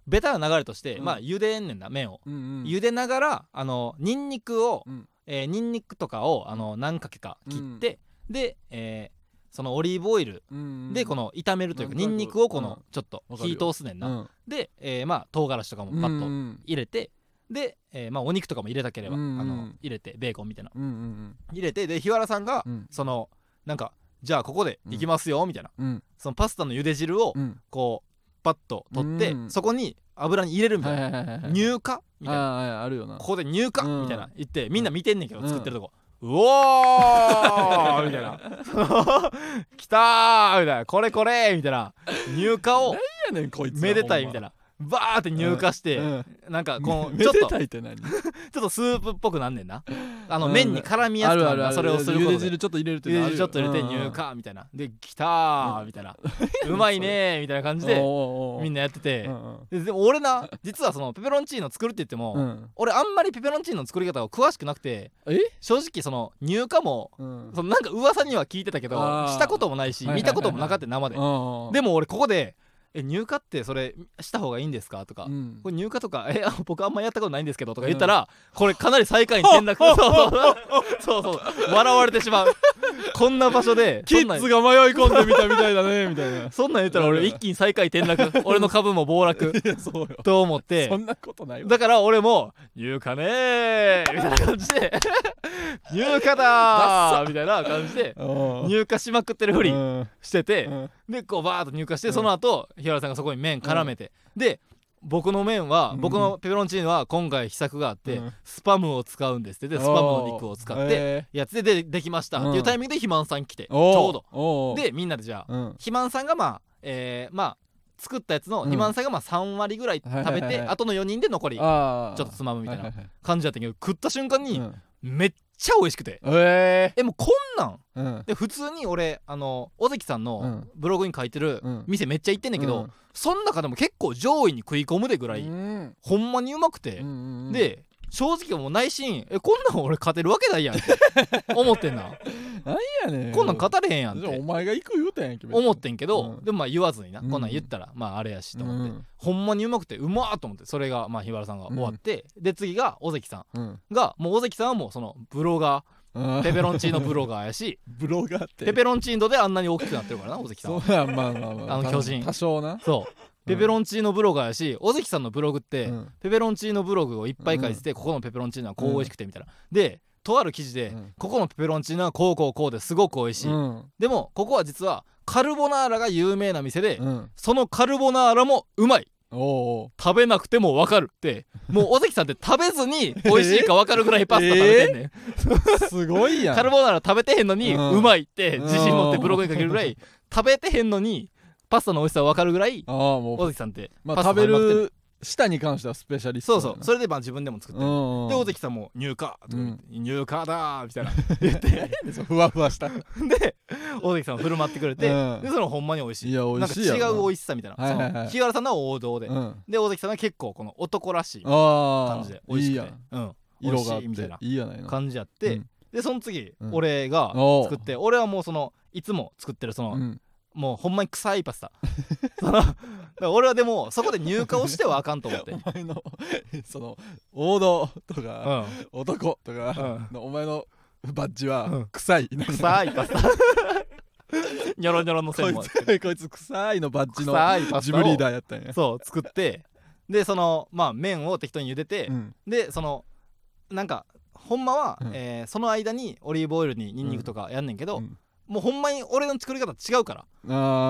ベタな流れとして、まあ茹でんねんな麺を、茹でながらニンニクを、ニンニクとかを何かけか切って、で、そのオリーブオイルでこの炒めるというか、ニンニクをこのちょっと火通すねんな、で、まあ唐辛子とかもパッと入れて、で、まあお肉とかも入れたければ入れて、ベーコンみたいな入れて、で日原さんがそのなんかじゃあここでいきますよみたいな、そのパスタの茹で汁をこうパッと取って、そこに油に入れるみたいな、乳化みたいな、 あるよな。 ここで乳化みたいな言ってみんな見てんねんけど、作ってるとこうおーみたいなきたーみたいな、これこれみたいな、乳化をめでたいみたいな、バーって乳化して、なんかこうちょっとスープっぽくなんねんな、麺に絡みやすくなるな、それをすることで茹で汁ちょっと入れるって茹で汁ちょっと入れて乳化みたいなで、きたーみたいなうまいねーみたいな感じでみんなやってて、でも俺な、実はそのペペロンチーノ作るって言っても、俺あんまりペペロンチーノの作り方を詳しくなくて、正直その乳化もそのなんか噂には聞いてたけどしたこともないし、見たこともなかった生で。でも俺ここで乳化ってそれした方がいいんですかとか、これ乳化とか僕あんまやったことないんですけどとか言ったら、これかなり最下位に転落そう笑われてしまうこんな場所でキッズが迷い込んでみたみたいだねみたいなそんなん言ったら俺一気に最下位転落俺の株も暴落と思って、 そんなことないわ。 だから俺も乳化ねーみたいな感じで乳化だーみたいな感じで乳化しまくってるふりしてて、でこうバーッと乳化して、その後日原さんがそこに麺絡めて、で僕の麺は、僕のペペロンチーノは今回秘策があって、スパムを使うんですって、でスパムの肉を使ってやつでできましたっていうタイミングで肥満さん来てちょうどで、みんなでじゃあ肥満さんがまあ作ったやつの肥満さんがまあ3割ぐらい食べて、あとの4人で残りちょっとつまむみたいな感じだったけど、食った瞬間にめっちゃ美味しくて、もうこんなんで普通に俺尾関さんのブログに書いてる店めっちゃ行ってんねんけど、そん中でも結構上位に食い込むでぐらいほんまにうまくて、で正直もう内心こんなん俺勝てるわけないやんって思ってんななんやねん、 こんなん勝たれへんやんってお前が行く言うたやんけ思ってんけど、でもまあ言わずにな、こんなん言ったらまああれやしと思って、ほんまにうまくてうまーと思って、それがまあ日原さんが終わって、で次が尾関さんが、もう尾関さんはもうそのブロガーペペロンチーノブロガーやしブロガーってペペロンチーノであんなに大きくなってるからな尾関さんは。 そうや、まあ巨人多少な。 そうペペロンチーノブロガーやし、尾関さんのブログって、ペペロンチーノブログをいっぱい書いてて、ここのペペロンチーノはこう美味しくてみたいな、でとある記事で、ここのペペロンチーノはこうこうこうですごく美味しい、でもここは実はカルボナーラが有名な店で、そのカルボナーラもうまい、食べなくても分かるって、もう尾関さんって食べずに美味しいか分かるぐらいパスタ食べてんねん、 すごいやん。 カルボナーラ食べてへんのにうまいって自信持ってブログに書けるぐらい、食べてへんのにパスタの美味しさ分かるぐらい尾関さんってパスタ食べる舌に関してはスペシャリスト。 そうそれでまあ自分でも作ってる。で尾関さんも乳化とか言って、乳化だーみたいな言ってふわふわしたで尾関さん振る舞ってくれて、でそのほんまに美味しい、なんか違う美味しさみたいな、その日原さんのは王道で、で尾関さんは結構この男らしい感じで美味しくて、 色があってみたいないいやないな感じやって、でその次俺が作って、俺はもうそのいつも作ってるそのもうほんまに臭いパスタだから俺はでもそこで乳化をしてはあかんと思ってお前のその王道とか、男とかのお前のバッジは臭い、 臭いパスタニョロニョロの線もこいつ臭いのバッジのジムリーダーやったんや。 そう作って、でそのまあ麺を適当に茹でて、でそのなんかほんまはその間にオリーブオイルにニンニクとかやんねんけど、もうほんまに俺の作り方違うから、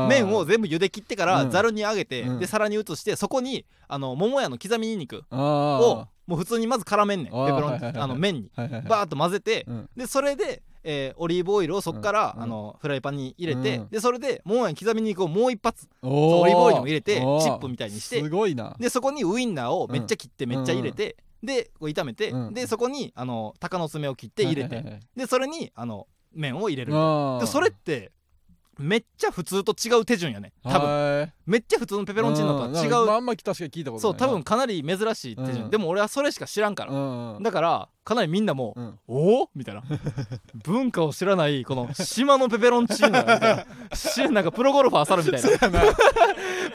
麺を全部茹で切ってからざるにあげて、で皿に移して、そこに桃屋の刻みニンニクをもう普通にまず絡めんねん、ペペロン麺にバーッと混ぜて、でそれでオリーブオイルをそっからフライパンに入れて、でそれで桃屋の刻みニンニクをもう一発オリーブオイルにも入れてチップみたいにして、 すごいな。 でそこにウインナーをめっちゃ切ってめっちゃ入れて、でこう炒めて、でそこに鷹の爪を切って入れて、でそれに麺を入れる。でそれってめっちゃ普通と違う手順やね、多分めっちゃ普通のペペロンチーノとは違う、 あんまり確かに聞いたことない。 そう多分かなり珍しい手順、でも俺はそれしか知らんから、だからかなりみんなもおおみたいな文化を知らないこの島のペペロンチーノみたいななんかプロゴルファー猿みたいなペ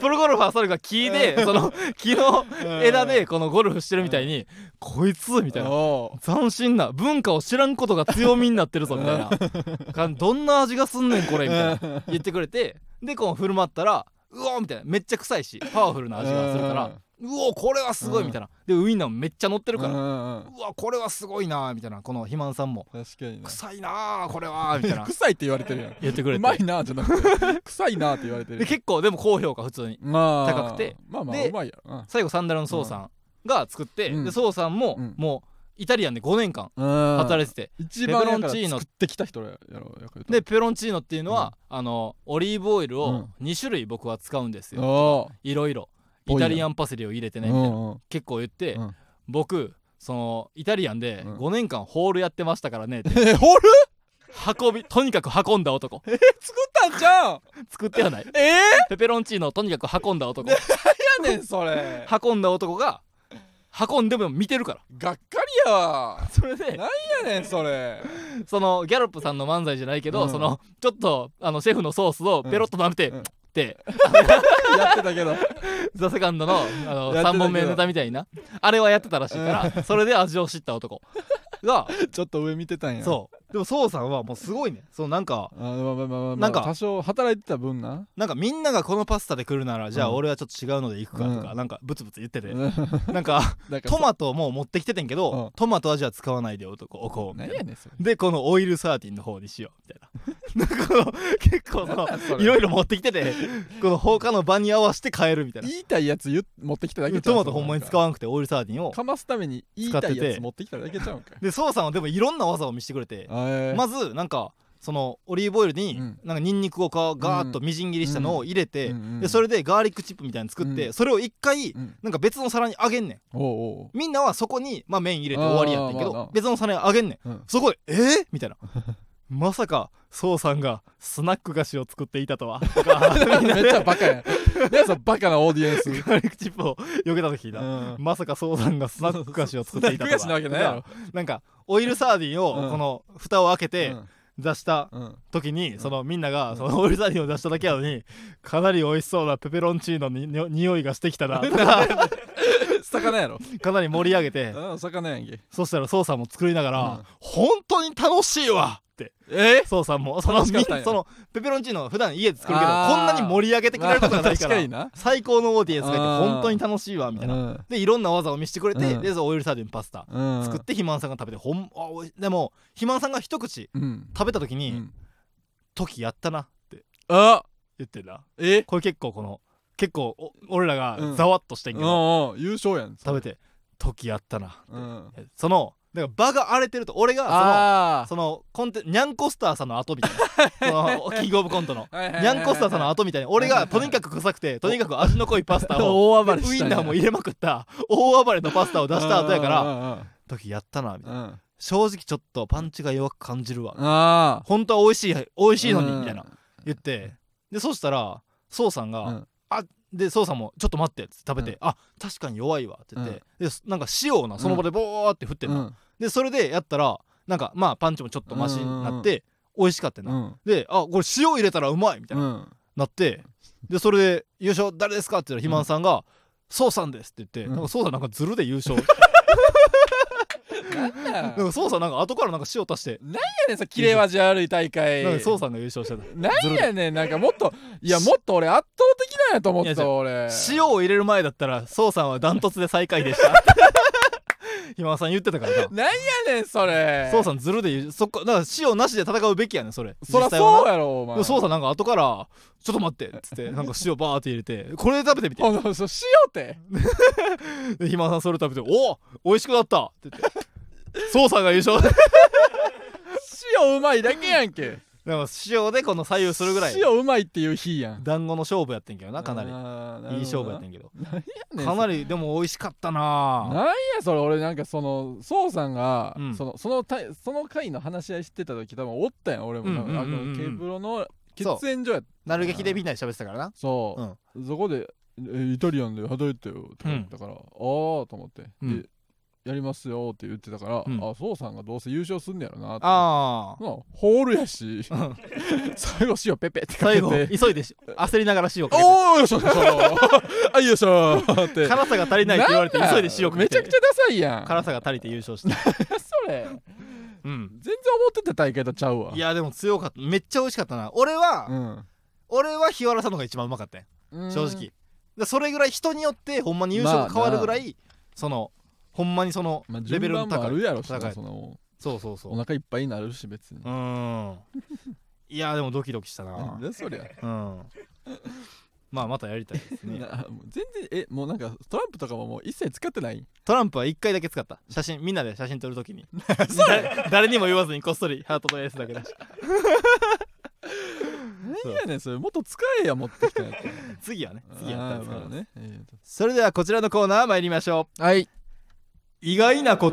プロゴルファーそれが木でその木の枝でこのゴルフしてるみたいにこいつみたいな斬新な文化を知らんことが強みになってるぞみたいなどんな味がすんねんこれみたいな言ってくれて、でこう振る舞ったらうおーみたいなめっちゃ臭いしパワフルな味がするからうおこれはすごいみたいな、でウインナーもめっちゃ乗ってるからうわこれはすごいなみたいな、この肥満さんも確かに臭いなこれはみたいな臭いって言われてるやん言ってくれてうまいなじゃなくて臭いなって言われてるで結構でも高評価普通に高くて、 まあまあでうまいやろな。 最後サンダルのソウさんが作って、でソウさんももうイタリアンで5年間働いてて、 一番ペペロンチーノ作ってきた人やろでペペロンチーノっていうのは、オリーブオイルを2種類僕は使うんですよ、いろいろイタリアンパセリを入れてねみたいな結構言って、僕そのイタリアンで5年間ホールやってましたからねってホールとにかく運んだ男作ったんじゃん作ってはないペペロンチーノをとにかく運んだ男やねんそれ運んだ男が運んでも見てるからがっかりやわ。 それでなんやねんそれそのギャロップさんの漫才じゃないけど、そのちょっとシェフのソースをペロッと舐めて、ってやってたけどザ・セカンドの3本目のネタみたいなあれはやってたらしいからそれで味を知った男がちょっと上見てたんや。 そうでもソウさんはもうすごいね、そうなんかなんか多少働いてた分な、 なんかみんながこのパスタで来るならじゃあ俺はちょっと違うので行くかとかなんかブツブツ言っててなんかトマトも持ってきててんけどトマトはじゃあ使わないで男おこうみたいなでこのオイルサーティンの方にしようみたいななんか結構そのいろいろ持ってきててこの他の場に合わせて変えるみたいな言いたいやつ持ってきただけちゃう。 トマトほんまに使わなくてオイルサーティンをかますために言いたいやつ持ってきただけちゃうんかでソウさんはでもいろんな技を見せてくれてまずなんかそのオリーブオイルになんかニンニクをガーッとみじん切りしたのを入れてでそれでガーリックチップみたいに作ってそれを一回なんか別の皿にあげんねん。みんなはそこにまあ麺入れて終わりやってんけど別の皿にあげんねん。そこでみたいなまさかソウさんがスナック菓子を作っていたとはめっちゃバカやん何そのバカなオーディエンスガーリックチップを避けた時だまさかソウさんがスナック菓子を作っていたとはスナック菓子なわけないやろ。 なんかオイルサーディンをこの蓋を開けて出した時にそのみんながそのオイルサーディンを出しただけやのにかなり美味しそうなペペロンチーノの匂いがしてきたな魚やろかなり盛り上げて魚やんけ。 そしたらソウさんも作りながら本当に楽しいわってソウさんもそのペペロンチーノ普段家で作るけどこんなに盛り上げてくれることがないから最高のオーディエンスがいて本当に楽しいわみたいなでいろんな技を見せてくれてでオイルサーディンパスタ作って肥満さんが食べてでも肥満さんが一口食べた時に時やったなって言ってんな。これ結構俺らがざわっとしてんけど優勝やん食べて時やったなってそのだから場が荒れてると俺がそのニャンコスターさんの後みたいなそのキングオブコントのニャンコスターさんの後みたいに俺がとにかく臭くてとにかく味の濃いパスタをウインナーも入れまくった大暴れのパスタを出した後やから時やったなみたいな正直ちょっとパンチが弱く感じるわ本当は美味しいのにみたいな言ってでそしたらソウさんがでソウさんもちょっと待ってって食べて確かに弱いわって言ってでなんか塩をその場でボーって振ってんのでそれでやったらなんかまあパンチもちょっとマシになって美味しかったなでこれ塩入れたらうまいみたいななってでそれで優勝誰ですかって言ったら肥満さんがソウさんですって言ってなんかソウさんなんかズルで優勝なんかソウさんなんか後からなんか塩足してなんやねんさ切れ味悪い大会なんかソウさんが優勝してたなんやねんなんかもっと俺圧倒的なんやと思ってた俺塩を入れる前だったらソウさんはダントツで最下位でしたひまさん言ってたからななんやねんそれソウさんずるでだから塩なしで戦うべきやねんそれそらそうやろお前ソウさんなんか後からちょっと待ってっつってなんか塩バーって入れてこれ食べてみて塩ってでひまさんそれ食べて美味しくなったって言ってソウさんが優勝塩うまいだけやんけでも塩でこの左右するぐらい塩うまいっていう日やん団子の勝負やってんけどなかなりいい勝負やってんけどかなりでも美味しかったななんやそれ俺なんかそのソウさんがその回の話し合いしてた時多分おったやん俺もケープロの喫煙所やなる劇でみんなで喋ってたからなそうそこでイタリアンで働いてよって言ったからと思ってやりますよって言ってたから、あ、そうさんがどうせ優勝すんねやろなって。 あホールやし最後塩ペペってかけ最て後急いで焦りながら塩かけて、 おーよいしょよいしょあいよいしょって辛さが足りないって言われて急いで塩かけてめちゃくちゃダサいやん辛さが足りて優勝したそれうん全然思ってた大会とちゃうわ。 いやでも強かった、めっちゃ美味しかったな。俺は日原さんの方が一番うまかったん正直。でそれぐらい人によってほんまに優勝が変わるぐらい、そのほんまにそのレベルの高い、 順番もあるやろしな、 高い、 そうそうお腹いっぱいになるし別に。 いやでもドキドキしたな。 でそりゃまあまたやりたいですね。 もう全然もうなんかトランプとかももう一切使ってない。 トランプは1回だけ使った。写真みんなで写真撮るときに誰にも言わずにこっそりハートとエースだけだし何やねんそれ、もっと使えや持ってきたやつ次はね、次やったら使うね。 それではこちらのコーナー参りましょう。はい、 意外なこと。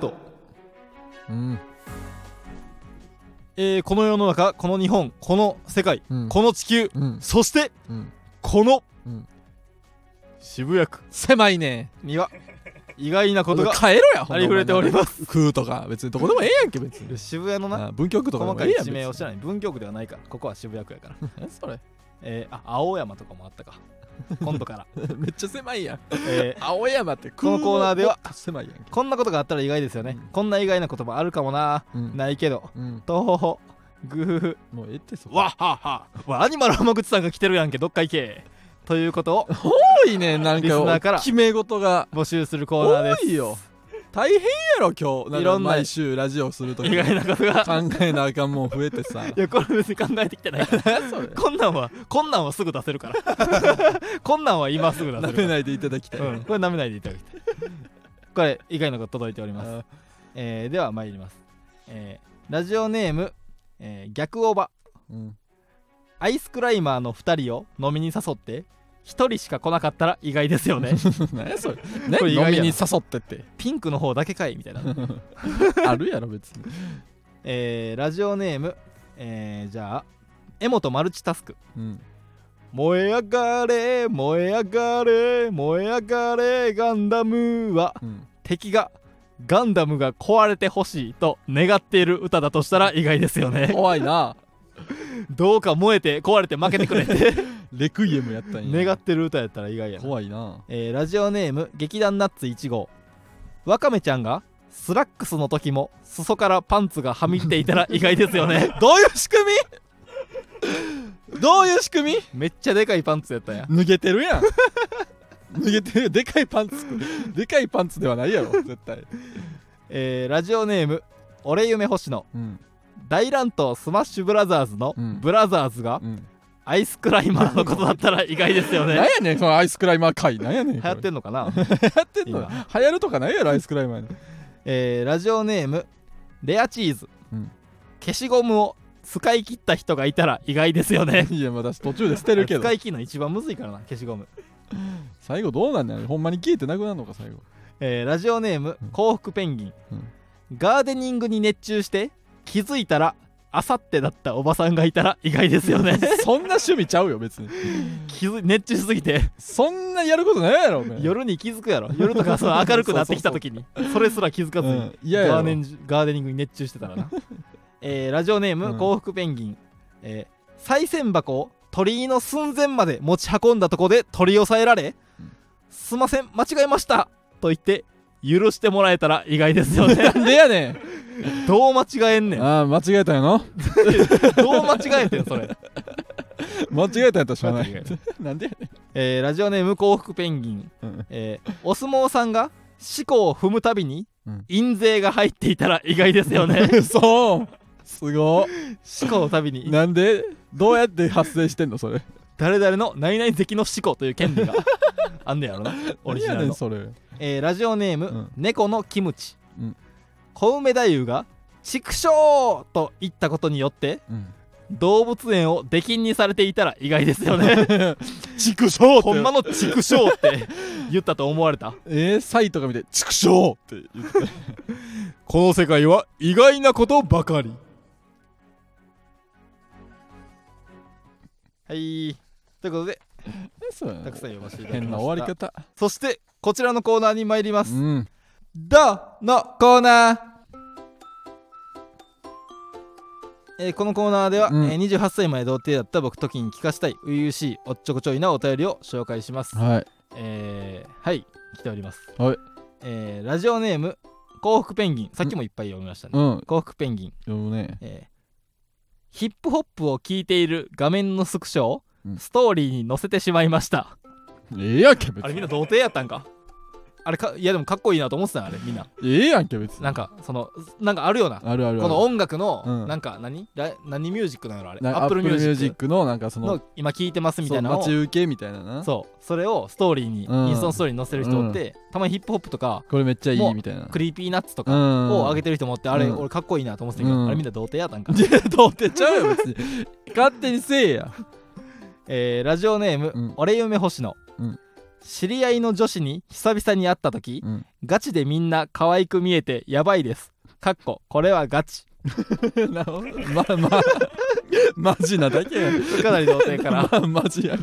この世の中、この日本、この世界、この地球、そして、この、渋谷区狭いねには意外なことが帰ろやありふれております。 空とか別にどこでもええやんけ別に。 渋谷のな文京区とかで細かいもええやん。 地名を知らない。文京区ではないから、ここは渋谷区やから何それ青山とかもあったか今度からめっちゃ狭いやん。青山ってこのコーナーでは狭いやん。 こんなことがあったら意外ですよね、こんな意外な言葉あるかもな、ないけど、とほほグーフもうええってそこ。 わっはっはアニマル浜口さんが来てるやんけ、どっか行けということを多いね、なんリスナーからか決め事が募集するコーナーです。 多いよ。大変やろ今日。 いろんな毎週ラジオするとき意外なことが考えなあかんもん増えてさ。 いやこれ別に考えてきてないからこんなんはすぐ出せるからこんなんは今すぐ出せるから舐めないでいただきたい、 これ舐めないでいただきたいこれ意外なこと届いております。では参ります。ラジオネーム、逆おば、アイスクライマーの2人を飲みに誘って1人しか来なかったら意外ですよね何やそれ。 これ意外やな飲みに誘ってってピンクの方だけかいみたいなあるやろ別に。 ラジオネーム、じゃあ江本マルチタスク、燃え上がれ燃え上がれ燃え上がれガンダムは、敵がガンダムが壊れてほしいと願っている歌だとしたら意外ですよね怖いな。 どうか燃えて壊れて負けてくれってレクイエムやったんや。 願ってる歌やったら意外やな。 怖いな。 ラジオネーム劇団ナッツ1号、わかめちゃんがスラックスの時も裾からパンツがはみ出ていたら意外ですよねどういう仕組みどういう仕組み。 めっちゃでかいパンツやったんや。 脱げてるやん脱げてる。でかいパンツでかいパンツではないやろ絶対。 ラジオネーム俺夢星野、大乱闘スマッシュブラザーズのブラザーズが、アイスクライマーのことだったら意外ですよねなんやねんそのアイスクライマー界。なんやねん流行ってんのかな流行ってんの。流行るとかないやろアイスクライマーに。 ラジオネームレアチーズ、消しゴムを使い切った人がいたら意外ですよねいやまだ途中で捨てるけど使い切るの一番むずいからな消しゴム。 最後どうなんだよ。ほんまに消えてなくなるのか最後。 ラジオネーム幸福ペンギン、ガーデニングに熱中して気づいたらあさってだったおばさんがいたら意外ですよねそんな趣味ちゃうよ別に。 熱中しすぎてそんなやることないやろお前。 夜に気づくやろ。夜とかその明るくなってきた時にそれすら気づかずにガーデニングに熱中してたらなラジオネーム幸福ペンギン、賽銭箱を鳥居の寸前まで持ち運んだとこで取り押さえられ、すいません間違えましたと言って許してもらえたら意外ですよねなんでやねんどう間違えんねん。 ああ間違えたんやのどう間違えてんそれ間違えたんやったらしょうがないなんでやねん。ラジオネーム幸福ペンギン、お相撲さんが四股を踏むたびに印税が入っていたら意外ですよねそうすごい。 四股をたびになんでどうやって発生してんのそれ。 誰々の何々関の四股という権利があんねやろなオリジナルの。 それ、 ラジオネーム、猫のキムチ、小梅太夫が畜生と言ったことによって、動物園を出禁にされていたら意外ですよね畜生ってほんまの畜生って言ったと思われた。 サイトが見て畜生って言ってこの世界は意外なことばかり。はいということでたくさん読ませていただきました。 変な終わり方。 そしてこちらのコーナーに参ります、 どうのコーナー、このコーナーでは、28歳まで童貞だった僕時に聞かせたい初々しいおっちょこちょいなお便りを紹介します。 はい、 はい来ております。 はい、 ラジオネーム幸福ペンギン、さっきもいっぱい読みましたね。幸福ペンギン読むね。 ヒップホップを聞いている画面のスクショをストーリーに載せてしまいました。 やんけ別に。 あれみんな童貞やったんか。あれか、いやでもかっこいいなと思ってたよあれみんな。 やんけ別に。 なんかそのなんかあるような、 あるこの音楽の、なんか何ミュージックなのあれ、 アップルミュージックのなんかその今聞いてますみたいなのを待ち受けみたいなな。 そうそれをストーリーに、インスタのストーリーに載せる人って、たまにヒップホップとかこれめっちゃいいみたいなクリーピーナッツとかを上げてる人もおって、あれ俺かっこいいなと思ってたけど、あれみんな童貞やったんか。 童貞ちゃうよ別に。勝手にせえや。 ラジオネーム、俺夢星野、知り合いの女子に久々に会った時、ガチでみんな可愛く見えてやばいです。かっここれはガチ。 マジなだけやん。 かなり童貞からマジやん。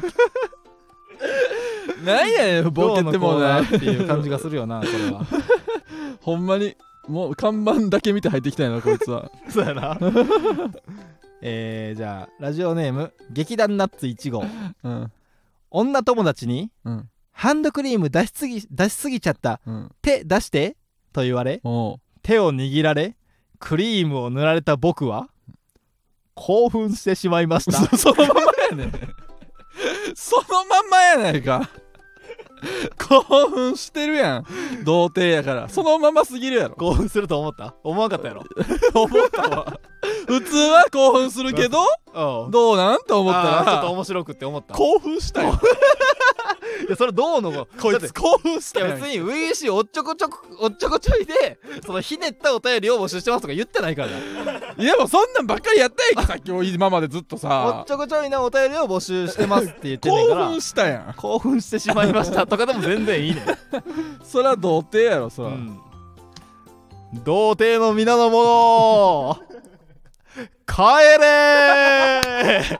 なんやねんボケてもないっていう感じがするよなこれは。 ほんまにもう看板だけ見て入ってきたんやなこいつは。 そうやな。じゃあラジオネーム劇団ナッツ1号、女友達に、ハンドクリーム出しすぎちゃった、手出してと言われ、手を握られクリームを塗られた僕は興奮してしまいました。 そのままやねん。そのまんまやないか。興奮してるやん。童貞やからそのまますぎるやろ。 興奮すると思わんかったやろ。 思ったわ。普通は興奮するけどどうなんて思ったらちょっと面白くって思った。 興奮したよ。 いやそれどうのこいつ興奮したよ。 別に初々しいおっちょこちょいでそのひねったお便りを募集してますとか言ってないからな。 いやもうそんなんばっかりやったやんけ。さっき今までずっとさおっちょこちょいなお便りを募集してますって言ってんねんから興奮したやん。 興奮してしまいましたとかでも全然いいねん。 そりゃ童貞やろそら、 童貞の皆の者帰れー。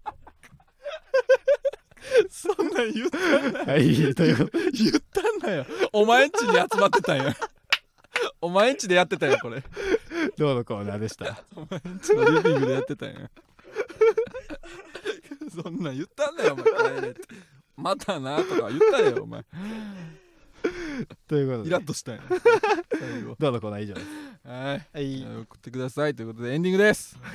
そんなん言ったんだよ。 はいということで言ったんだよ。お前んちに集まってたんや。お前んちでやってたよこれ。 どうのコーナーでした。 お前んちのリビングでやってたんや。そんなん言ったんだよお前帰れって。またなとか言ったよお前。 ということでイラッとしたんや。 どうのコーナー以上です。 はい、送ってくださいということでエンディングです。はい。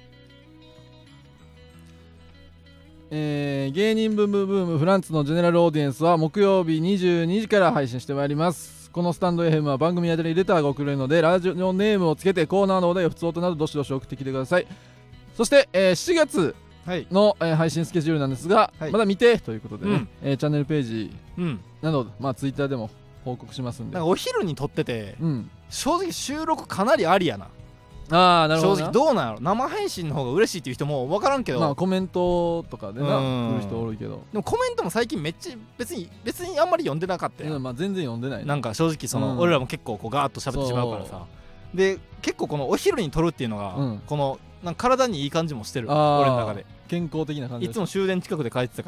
芸人ブームブームフランツのジェネラルオーディエンスは木曜日22時から配信してまいります。このスタンド FM は番組宛てにレターが送れるのでラジオネームをつけてコーナーのお題を普通音などどしどし送ってきてください。そして、7月の、配信スケジュールなんですが、まだ見てということでね、チャンネルページなど、ツイッターでも報告しますんで。 なんかお昼に撮ってて、正直収録かなりありやな。 なるほど。 正直どうなんやろ。生配信の方が嬉しいっていう人も分からんけど、 コメントとかでな来る人おるけど、 でもコメントも最近めっちゃ別にあんまり読んでなかったよ。 全然読んでない。 なんか正直その、俺らも結構こうガーッと喋ってしまうからさ。で結構このお昼に撮るっていうのが、このなんか体にいい感じもしてる。俺の中で健康的な感じ。 いつも終電近くで帰ってたから、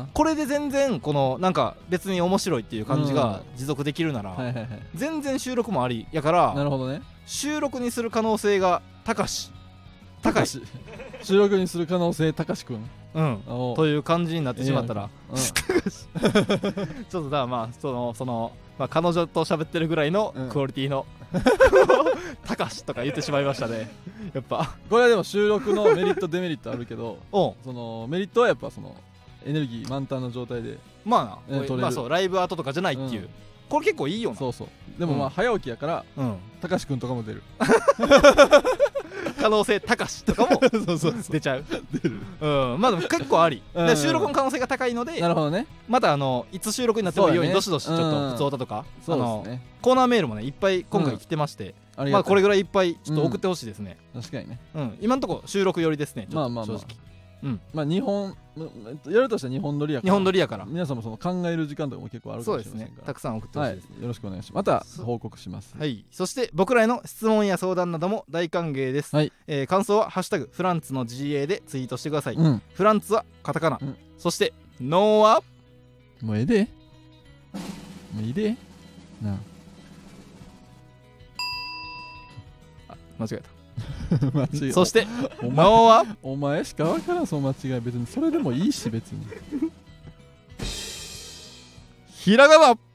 これで全然このなんか別に面白いっていう感じが持続できるなら、全然収録もありやから。 なるほどね。 収録にする可能性が高い収録にする可能性高しくんという感じになってしまったら、ちょっとだからその彼女と喋ってるぐらいのクオリティの高しとか言ってしまいましたね。やっぱこれはでも収録のメリットデメリットあるけどそのメリットはやっぱそのエネルギー満タンの状態でそうライブアートとかじゃないっていう、これ結構いいよな。 そうでも早起きやからたかしくんとかも出る可能性高しとかも出ちゃう。出る。まあでも結構あり。収録の可能性が高いので、 なるほどね。 またいつ収録になってもいいようにどしどしちょっと普通歌とかコーナーメールもねいっぱい今回来てまして、まあこれぐらいいっぱいちょっと送ってほしいですね。 確かにね。 今のところ収録寄りですね。正直。 日本やるとしたら日本撮りやから。 日本撮りやから。 皆さんもその考える時間とかも結構あるかもしれませんから。 たくさん送ってほしいです。 よろしくお願いします。また報告します。 はい。そして僕らへの質問や相談なども大歓迎です。感想はハッシュタグフランツの GA でツイートしてください。フランツはカタカナ。そしてノーはもうええで。もういいで。なあ。 間違え間違えたそしてお魔王はお前しか分からんその間違い。別にそれでもいいし別に。 ひらがな。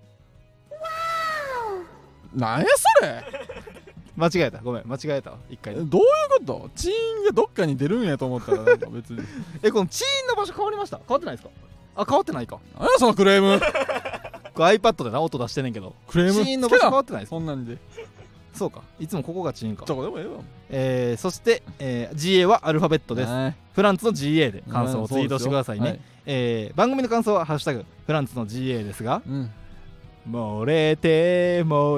なんやそれ。 間違えた、ごめん間違えたわ一回。 どういうこと？チーンがどっかに出るんやと思ったらなんか別に。 このチーンの場所変わりました？変わってないですか？あ、変わってないか。 なんやそのクレーム。 これ iPad でな音出してんねんけど、 クレームチーンの場所変わってないですか？ そんなんでそうか、いつもここがチーンか。 どこでもええわ。 そして、GA はアルファベットです。 はいフランツの GA で感想をツイートしてくださいね。 そうですよ番組の感想はハッシュタグフランツの GA ですが、 うん漏れても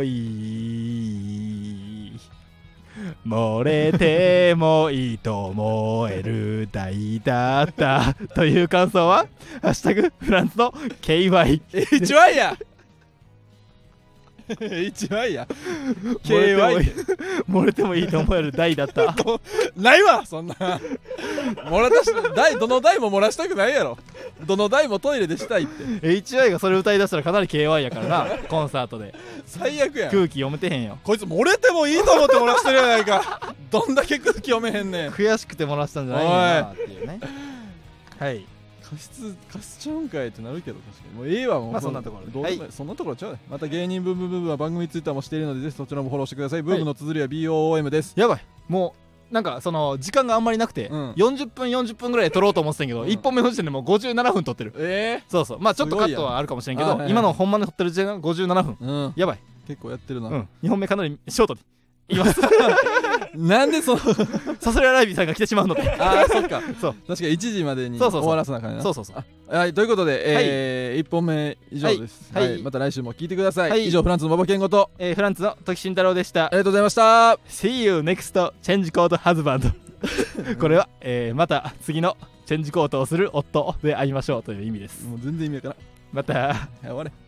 いい漏れてもいいと思える代だったという感想はハッシュタグフランツの KY 一番や一番や KY 漏れてもいいと思える代だったないわそんな漏れたしどの台も漏らしたくないやろ。どの台もトイレでしたいって。 HY がそれ歌い出したらかなり KY やからなコンサートで最悪やん。 空気読めてへんよ。 こいつ漏れてもいいと思って漏らしてるやないか。どんだけ空気読めへんねん。 悔しくて漏らしたんじゃないんやなっていうね。はい過失ちゃうんかいってなるけど、確かにもうええわ。もうまあそんなところでどうでもいいそんなところちゃうね。また芸人ブームブームは番組ツイッターもしているので、ぜひそちらもフォローしてください。ブームの綴りは BOOM です。 やばい、もうなんかその時間があんまりなくて、 うん 40分ぐらいで撮ろうと思ってたんやけど、 うん 1本目の時点でもう57分撮ってる。そうそう、まあちょっとカットはあるかもしれんけど、 すごいやん今のほんまに撮ってる時間が57分。 うんやばい、 結構やってるな。 2本目かなりショートにいきますなんでそのサスレライビーさんが来てしまうのでああそっかそう確か1時までにそうそうそう終わらせなあかんねんな。 そうそうそうはい、ということで、1本目以上です。 はいはい、また来週も聞いてください。 はい以上フランツの馬場健吾とフランツの時慎太郎でしたありがとうございました。 See you next change code husband これは、また次のチェンジコートをする夫で会いましょうという意味です。 もう全然意味わからん。 またはい終われ。